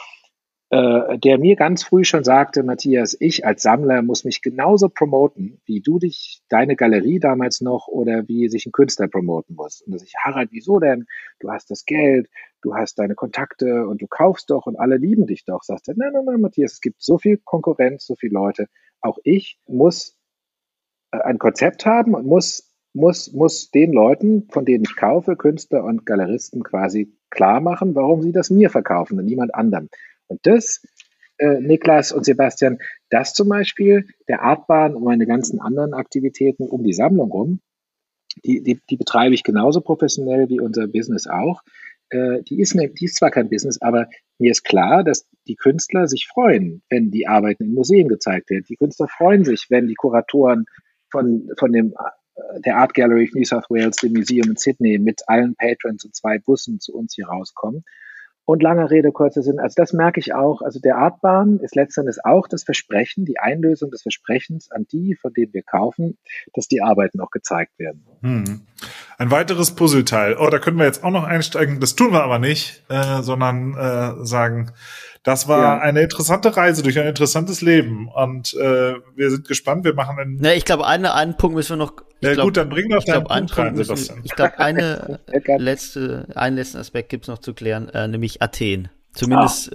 der mir ganz früh schon sagte, Matthias, ich als Sammler muss mich genauso promoten, wie du deine Galerie damals noch, oder wie sich ein Künstler promoten muss. Und Harald, wieso denn? Du hast das Geld, du hast deine Kontakte und du kaufst doch und alle lieben dich doch. Sagst du, nein, Matthias, es gibt so viel Konkurrenz, so viele Leute. Auch ich muss ein Konzept haben und muss den Leuten, von denen ich kaufe, Künstler und Galeristen, quasi klar machen, warum sie das mir verkaufen und niemand anderem. Und das, Niklas und Sebastian, das zum Beispiel, der Artbahn und meine ganzen anderen Aktivitäten um die Sammlung rum, die betreibe ich genauso professionell wie unser Business auch. Die ist zwar kein Business, aber mir ist klar, dass die Künstler sich freuen, wenn die Arbeiten in Museen gezeigt werden. Die Künstler freuen sich, wenn die Kuratoren von der Art Gallery of New South Wales, dem Museum in Sydney, mit allen Patrons und 2 Bussen zu uns hier rauskommen. Und lange Rede, kurzer Sinn, also das merke ich auch, also der Artbahn ist letztendlich auch das Versprechen, die Einlösung des Versprechens an die, von denen wir kaufen, dass die Arbeiten auch gezeigt werden. Ein weiteres Puzzleteil, da können wir jetzt auch noch einsteigen, das tun wir aber nicht, sondern sagen, das war eine interessante Reise durch ein interessantes Leben und wir sind gespannt, wir machen einen... Ich glaube, einen Punkt müssen wir noch... gut, dann bring doch deinen Punkt rein, Sebastian. Ich glaube, einen letzten Aspekt gibt's noch zu klären, nämlich Athen. Zumindest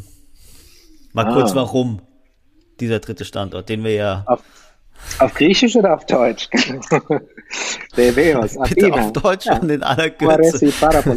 mal kurz, warum dieser 3. Standort, den wir ja... Auf Griechisch oder auf Deutsch? Bitte auf Deutsch und in aller Kürze.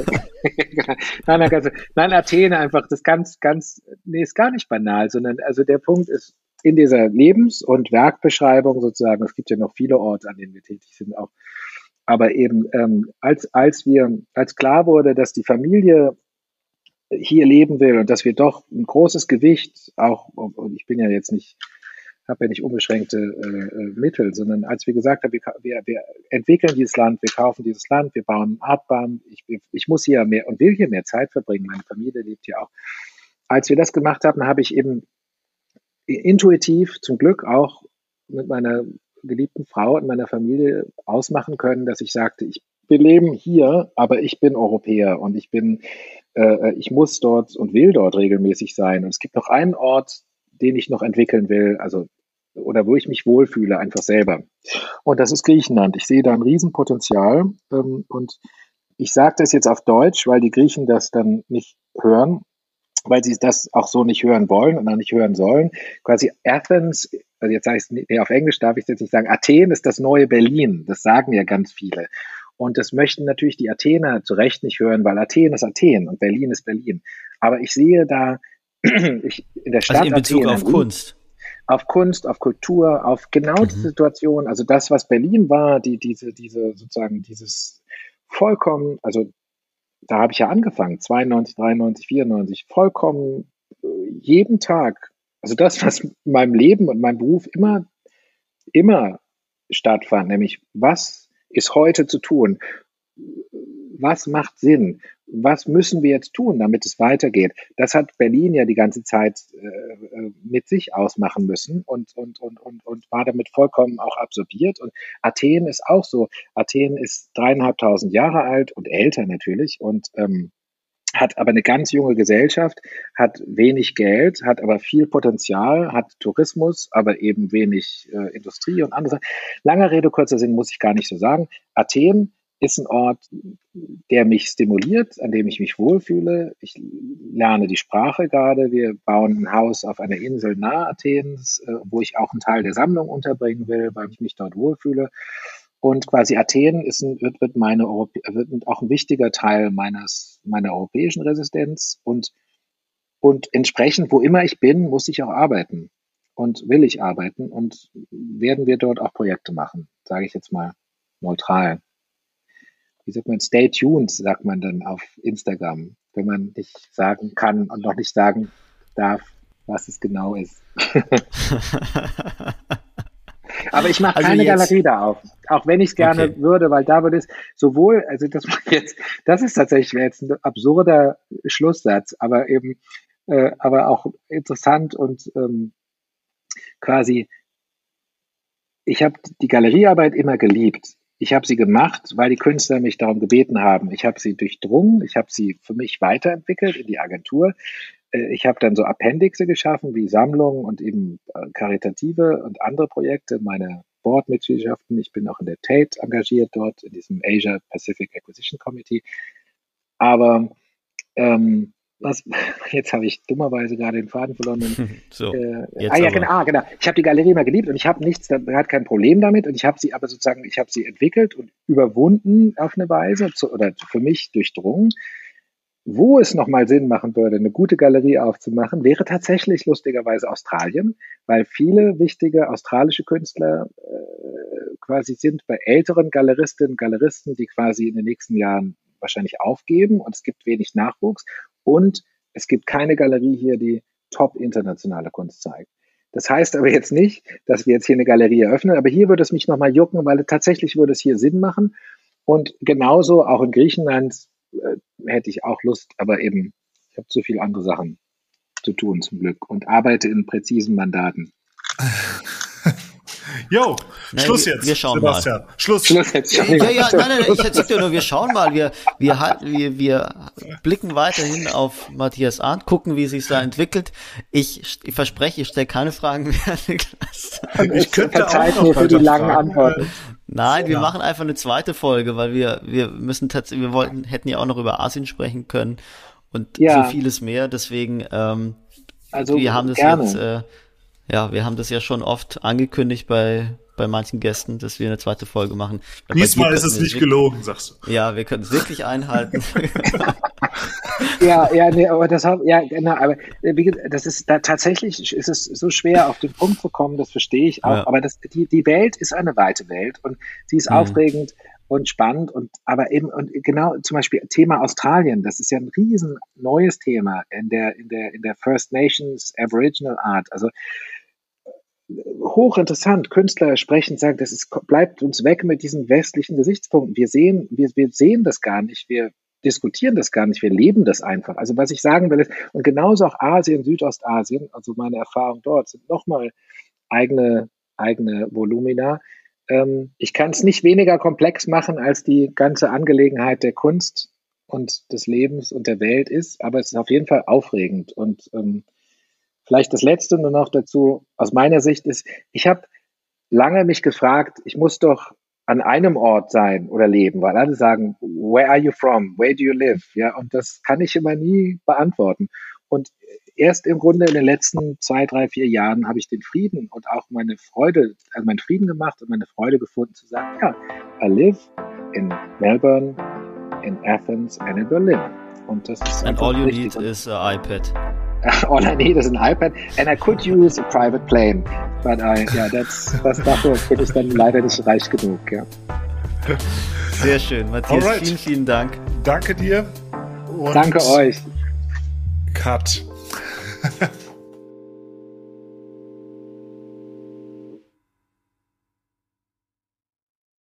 Nein, Athen einfach, das ist gar nicht banal, sondern also der Punkt ist, in dieser Lebens- und Werkbeschreibung sozusagen, es gibt ja noch viele Orte, an denen wir tätig sind auch, aber eben als klar wurde, dass die Familie hier leben will und dass wir doch ein großes Gewicht auch, und ich bin ja jetzt nicht, habe ja nicht unbeschränkte Mittel, sondern als wir gesagt haben, wir entwickeln dieses Land, wir kaufen dieses Land, wir bauen Erdbahn, ich muss hier mehr und will hier mehr Zeit verbringen, meine Familie lebt hier auch. Als wir das gemacht haben, habe ich eben intuitiv zum Glück auch mit meiner geliebten Frau und meiner Familie ausmachen können, dass ich sagte, wir leben hier, aber ich bin Europäer und ich muss dort und will dort regelmäßig sein. Und es gibt noch einen Ort, den ich noch entwickeln will, also oder wo ich mich wohlfühle, einfach selber. Und das ist Griechenland. Ich sehe da ein Riesenpotenzial. Und ich sage das jetzt auf Deutsch, weil die Griechen das dann nicht hören, weil sie das auch so nicht hören wollen und auch nicht hören sollen. Quasi Athens, also jetzt sage ich es auf Englisch, darf ich es jetzt nicht sagen, Athen ist das neue Berlin. Das sagen ja ganz viele. Und das möchten natürlich die Athener zu Recht nicht hören, weil Athen ist Athen und Berlin ist Berlin. Aber ich sehe da in der Stadt also in Bezug Athen, auf Kunst. Auf Kunst, auf Kultur, auf genau die Situation, also das, was Berlin war, diese sozusagen dieses vollkommen, also da habe ich ja angefangen, 92, 93, 94, vollkommen jeden Tag, also das, was in meinem Leben und meinem Beruf immer stattfand, nämlich was ist heute zu tun? Was macht Sinn? Was müssen wir jetzt tun, damit es weitergeht? Das hat Berlin ja die ganze Zeit mit sich ausmachen müssen und war damit vollkommen auch absorbiert. Und Athen ist auch so. Athen ist 3.500 Jahre alt und älter natürlich und hat aber eine ganz junge Gesellschaft, hat wenig Geld, hat aber viel Potenzial, hat Tourismus, aber eben wenig Industrie und andere Sachen. Langer Rede, kurzer Sinn, muss ich gar nicht so sagen. Athen ist ein Ort, der mich stimuliert, an dem ich mich wohlfühle. Ich lerne die Sprache gerade. Wir bauen ein Haus auf einer Insel nahe Athens, wo ich auch einen Teil der Sammlung unterbringen will, weil ich mich dort wohlfühle. Und quasi Athen wird auch ein wichtiger Teil meiner europäischen Residenz. Und entsprechend, wo immer ich bin, muss ich auch arbeiten und will ich arbeiten und werden wir dort auch Projekte machen, sage ich jetzt mal neutral. Wie sagt man, stay tuned, sagt man dann auf Instagram, wenn man nicht sagen kann und noch nicht sagen darf, was es genau ist. Aber ich mache keine Galerie da auf, auch wenn ich es gerne würde, weil da würde es sowohl, also das ist tatsächlich jetzt ein absurder Schlusssatz, aber eben, aber auch interessant und quasi, ich habe die Galeriearbeit immer geliebt. Ich habe sie gemacht, weil die Künstler mich darum gebeten haben. Ich habe sie durchdrungen, ich habe sie für mich weiterentwickelt in die Agentur. Ich habe dann so Appendixe geschaffen, wie Sammlungen und eben karitative und andere Projekte, meine Boardmitgliedschaften. Ich bin auch in der Tate engagiert dort, in diesem Asia Pacific Acquisition Committee. Aber jetzt habe ich dummerweise gerade den Faden verloren. Genau. Ich habe die Galerie immer geliebt und ich habe kein Problem damit und ich habe sie entwickelt und überwunden auf eine Weise oder für mich durchdrungen. Wo es nochmal Sinn machen würde, eine gute Galerie aufzumachen, wäre tatsächlich lustigerweise Australien, weil viele wichtige australische Künstler quasi sind bei älteren Galeristinnen und Galeristen, die quasi in den nächsten Jahren wahrscheinlich aufgeben und es gibt wenig Nachwuchs und es gibt keine Galerie hier, die top internationale Kunst zeigt. Das heißt aber jetzt nicht, dass wir jetzt hier eine Galerie eröffnen, aber hier würde es mich nochmal jucken, weil tatsächlich würde es hier Sinn machen und genauso auch in Griechenland hätte ich auch Lust, aber eben, ich habe zu viele andere Sachen zu tun zum Glück und arbeite in präzisen Mandaten. Jo, Schluss jetzt. Wir schauen Sebastian. mal. Schluss jetzt. Nein, ich erzähle dir nur, wir schauen mal. Wir blicken weiterhin auf Matthias Arndt, gucken, wie es sich da entwickelt. Ich verspreche, ich stelle keine Fragen mehr. Ich könnte auch noch für die langen Antworten. Nein, wir machen einfach eine zweite Folge, weil wir hätten ja auch noch über Asien sprechen können und so vieles mehr. Deswegen, wir haben das gerne. Jetzt, wir haben das ja schon oft angekündigt bei manchen Gästen, dass wir eine zweite Folge machen. Diesmal ist es nicht gelogen, sagst du. Ja, wir können es wirklich einhalten. Aber das ist da tatsächlich ist es so schwer auf den Punkt zu kommen, das verstehe ich auch. Ja. Aber die Welt ist eine weite Welt und sie ist aufregend und spannend aber eben und genau zum Beispiel Thema Australien, das ist ja ein riesen neues Thema in der First Nations Aboriginal Art. Also hochinteressant, Künstler sprechen, sagen, bleibt uns weg mit diesen westlichen Gesichtspunkten. Wir sehen das gar nicht, wir diskutieren das gar nicht, wir leben das einfach. Also was ich sagen will, ist, und genauso auch Asien, Südostasien, also meine Erfahrung dort, sind nochmal eigene Volumina. Ich kann es nicht weniger komplex machen, als die ganze Angelegenheit der Kunst und des Lebens und der Welt ist, aber es ist auf jeden Fall aufregend. Und vielleicht das Letzte nur noch dazu, aus meiner Sicht ist, ich habe lange mich gefragt, ich muss doch an einem Ort sein oder leben, weil alle sagen, where are you from? Where do you live? Ja, und das kann ich immer nie beantworten. Und erst im Grunde in den letzten 2, 3, 4 Jahren habe ich den Frieden und auch meinen Frieden gemacht und meine Freude gefunden zu sagen, ja, I live in Melbourne, in Athens and in Berlin. Und das ist and all you need is an iPad. All I need is an iPad and I could use a private plane. But dafür bin ich dann leider nicht reich genug. Ja. Sehr schön, Matthias. Alright. Vielen, vielen Dank. Danke dir. Und danke euch. Cut.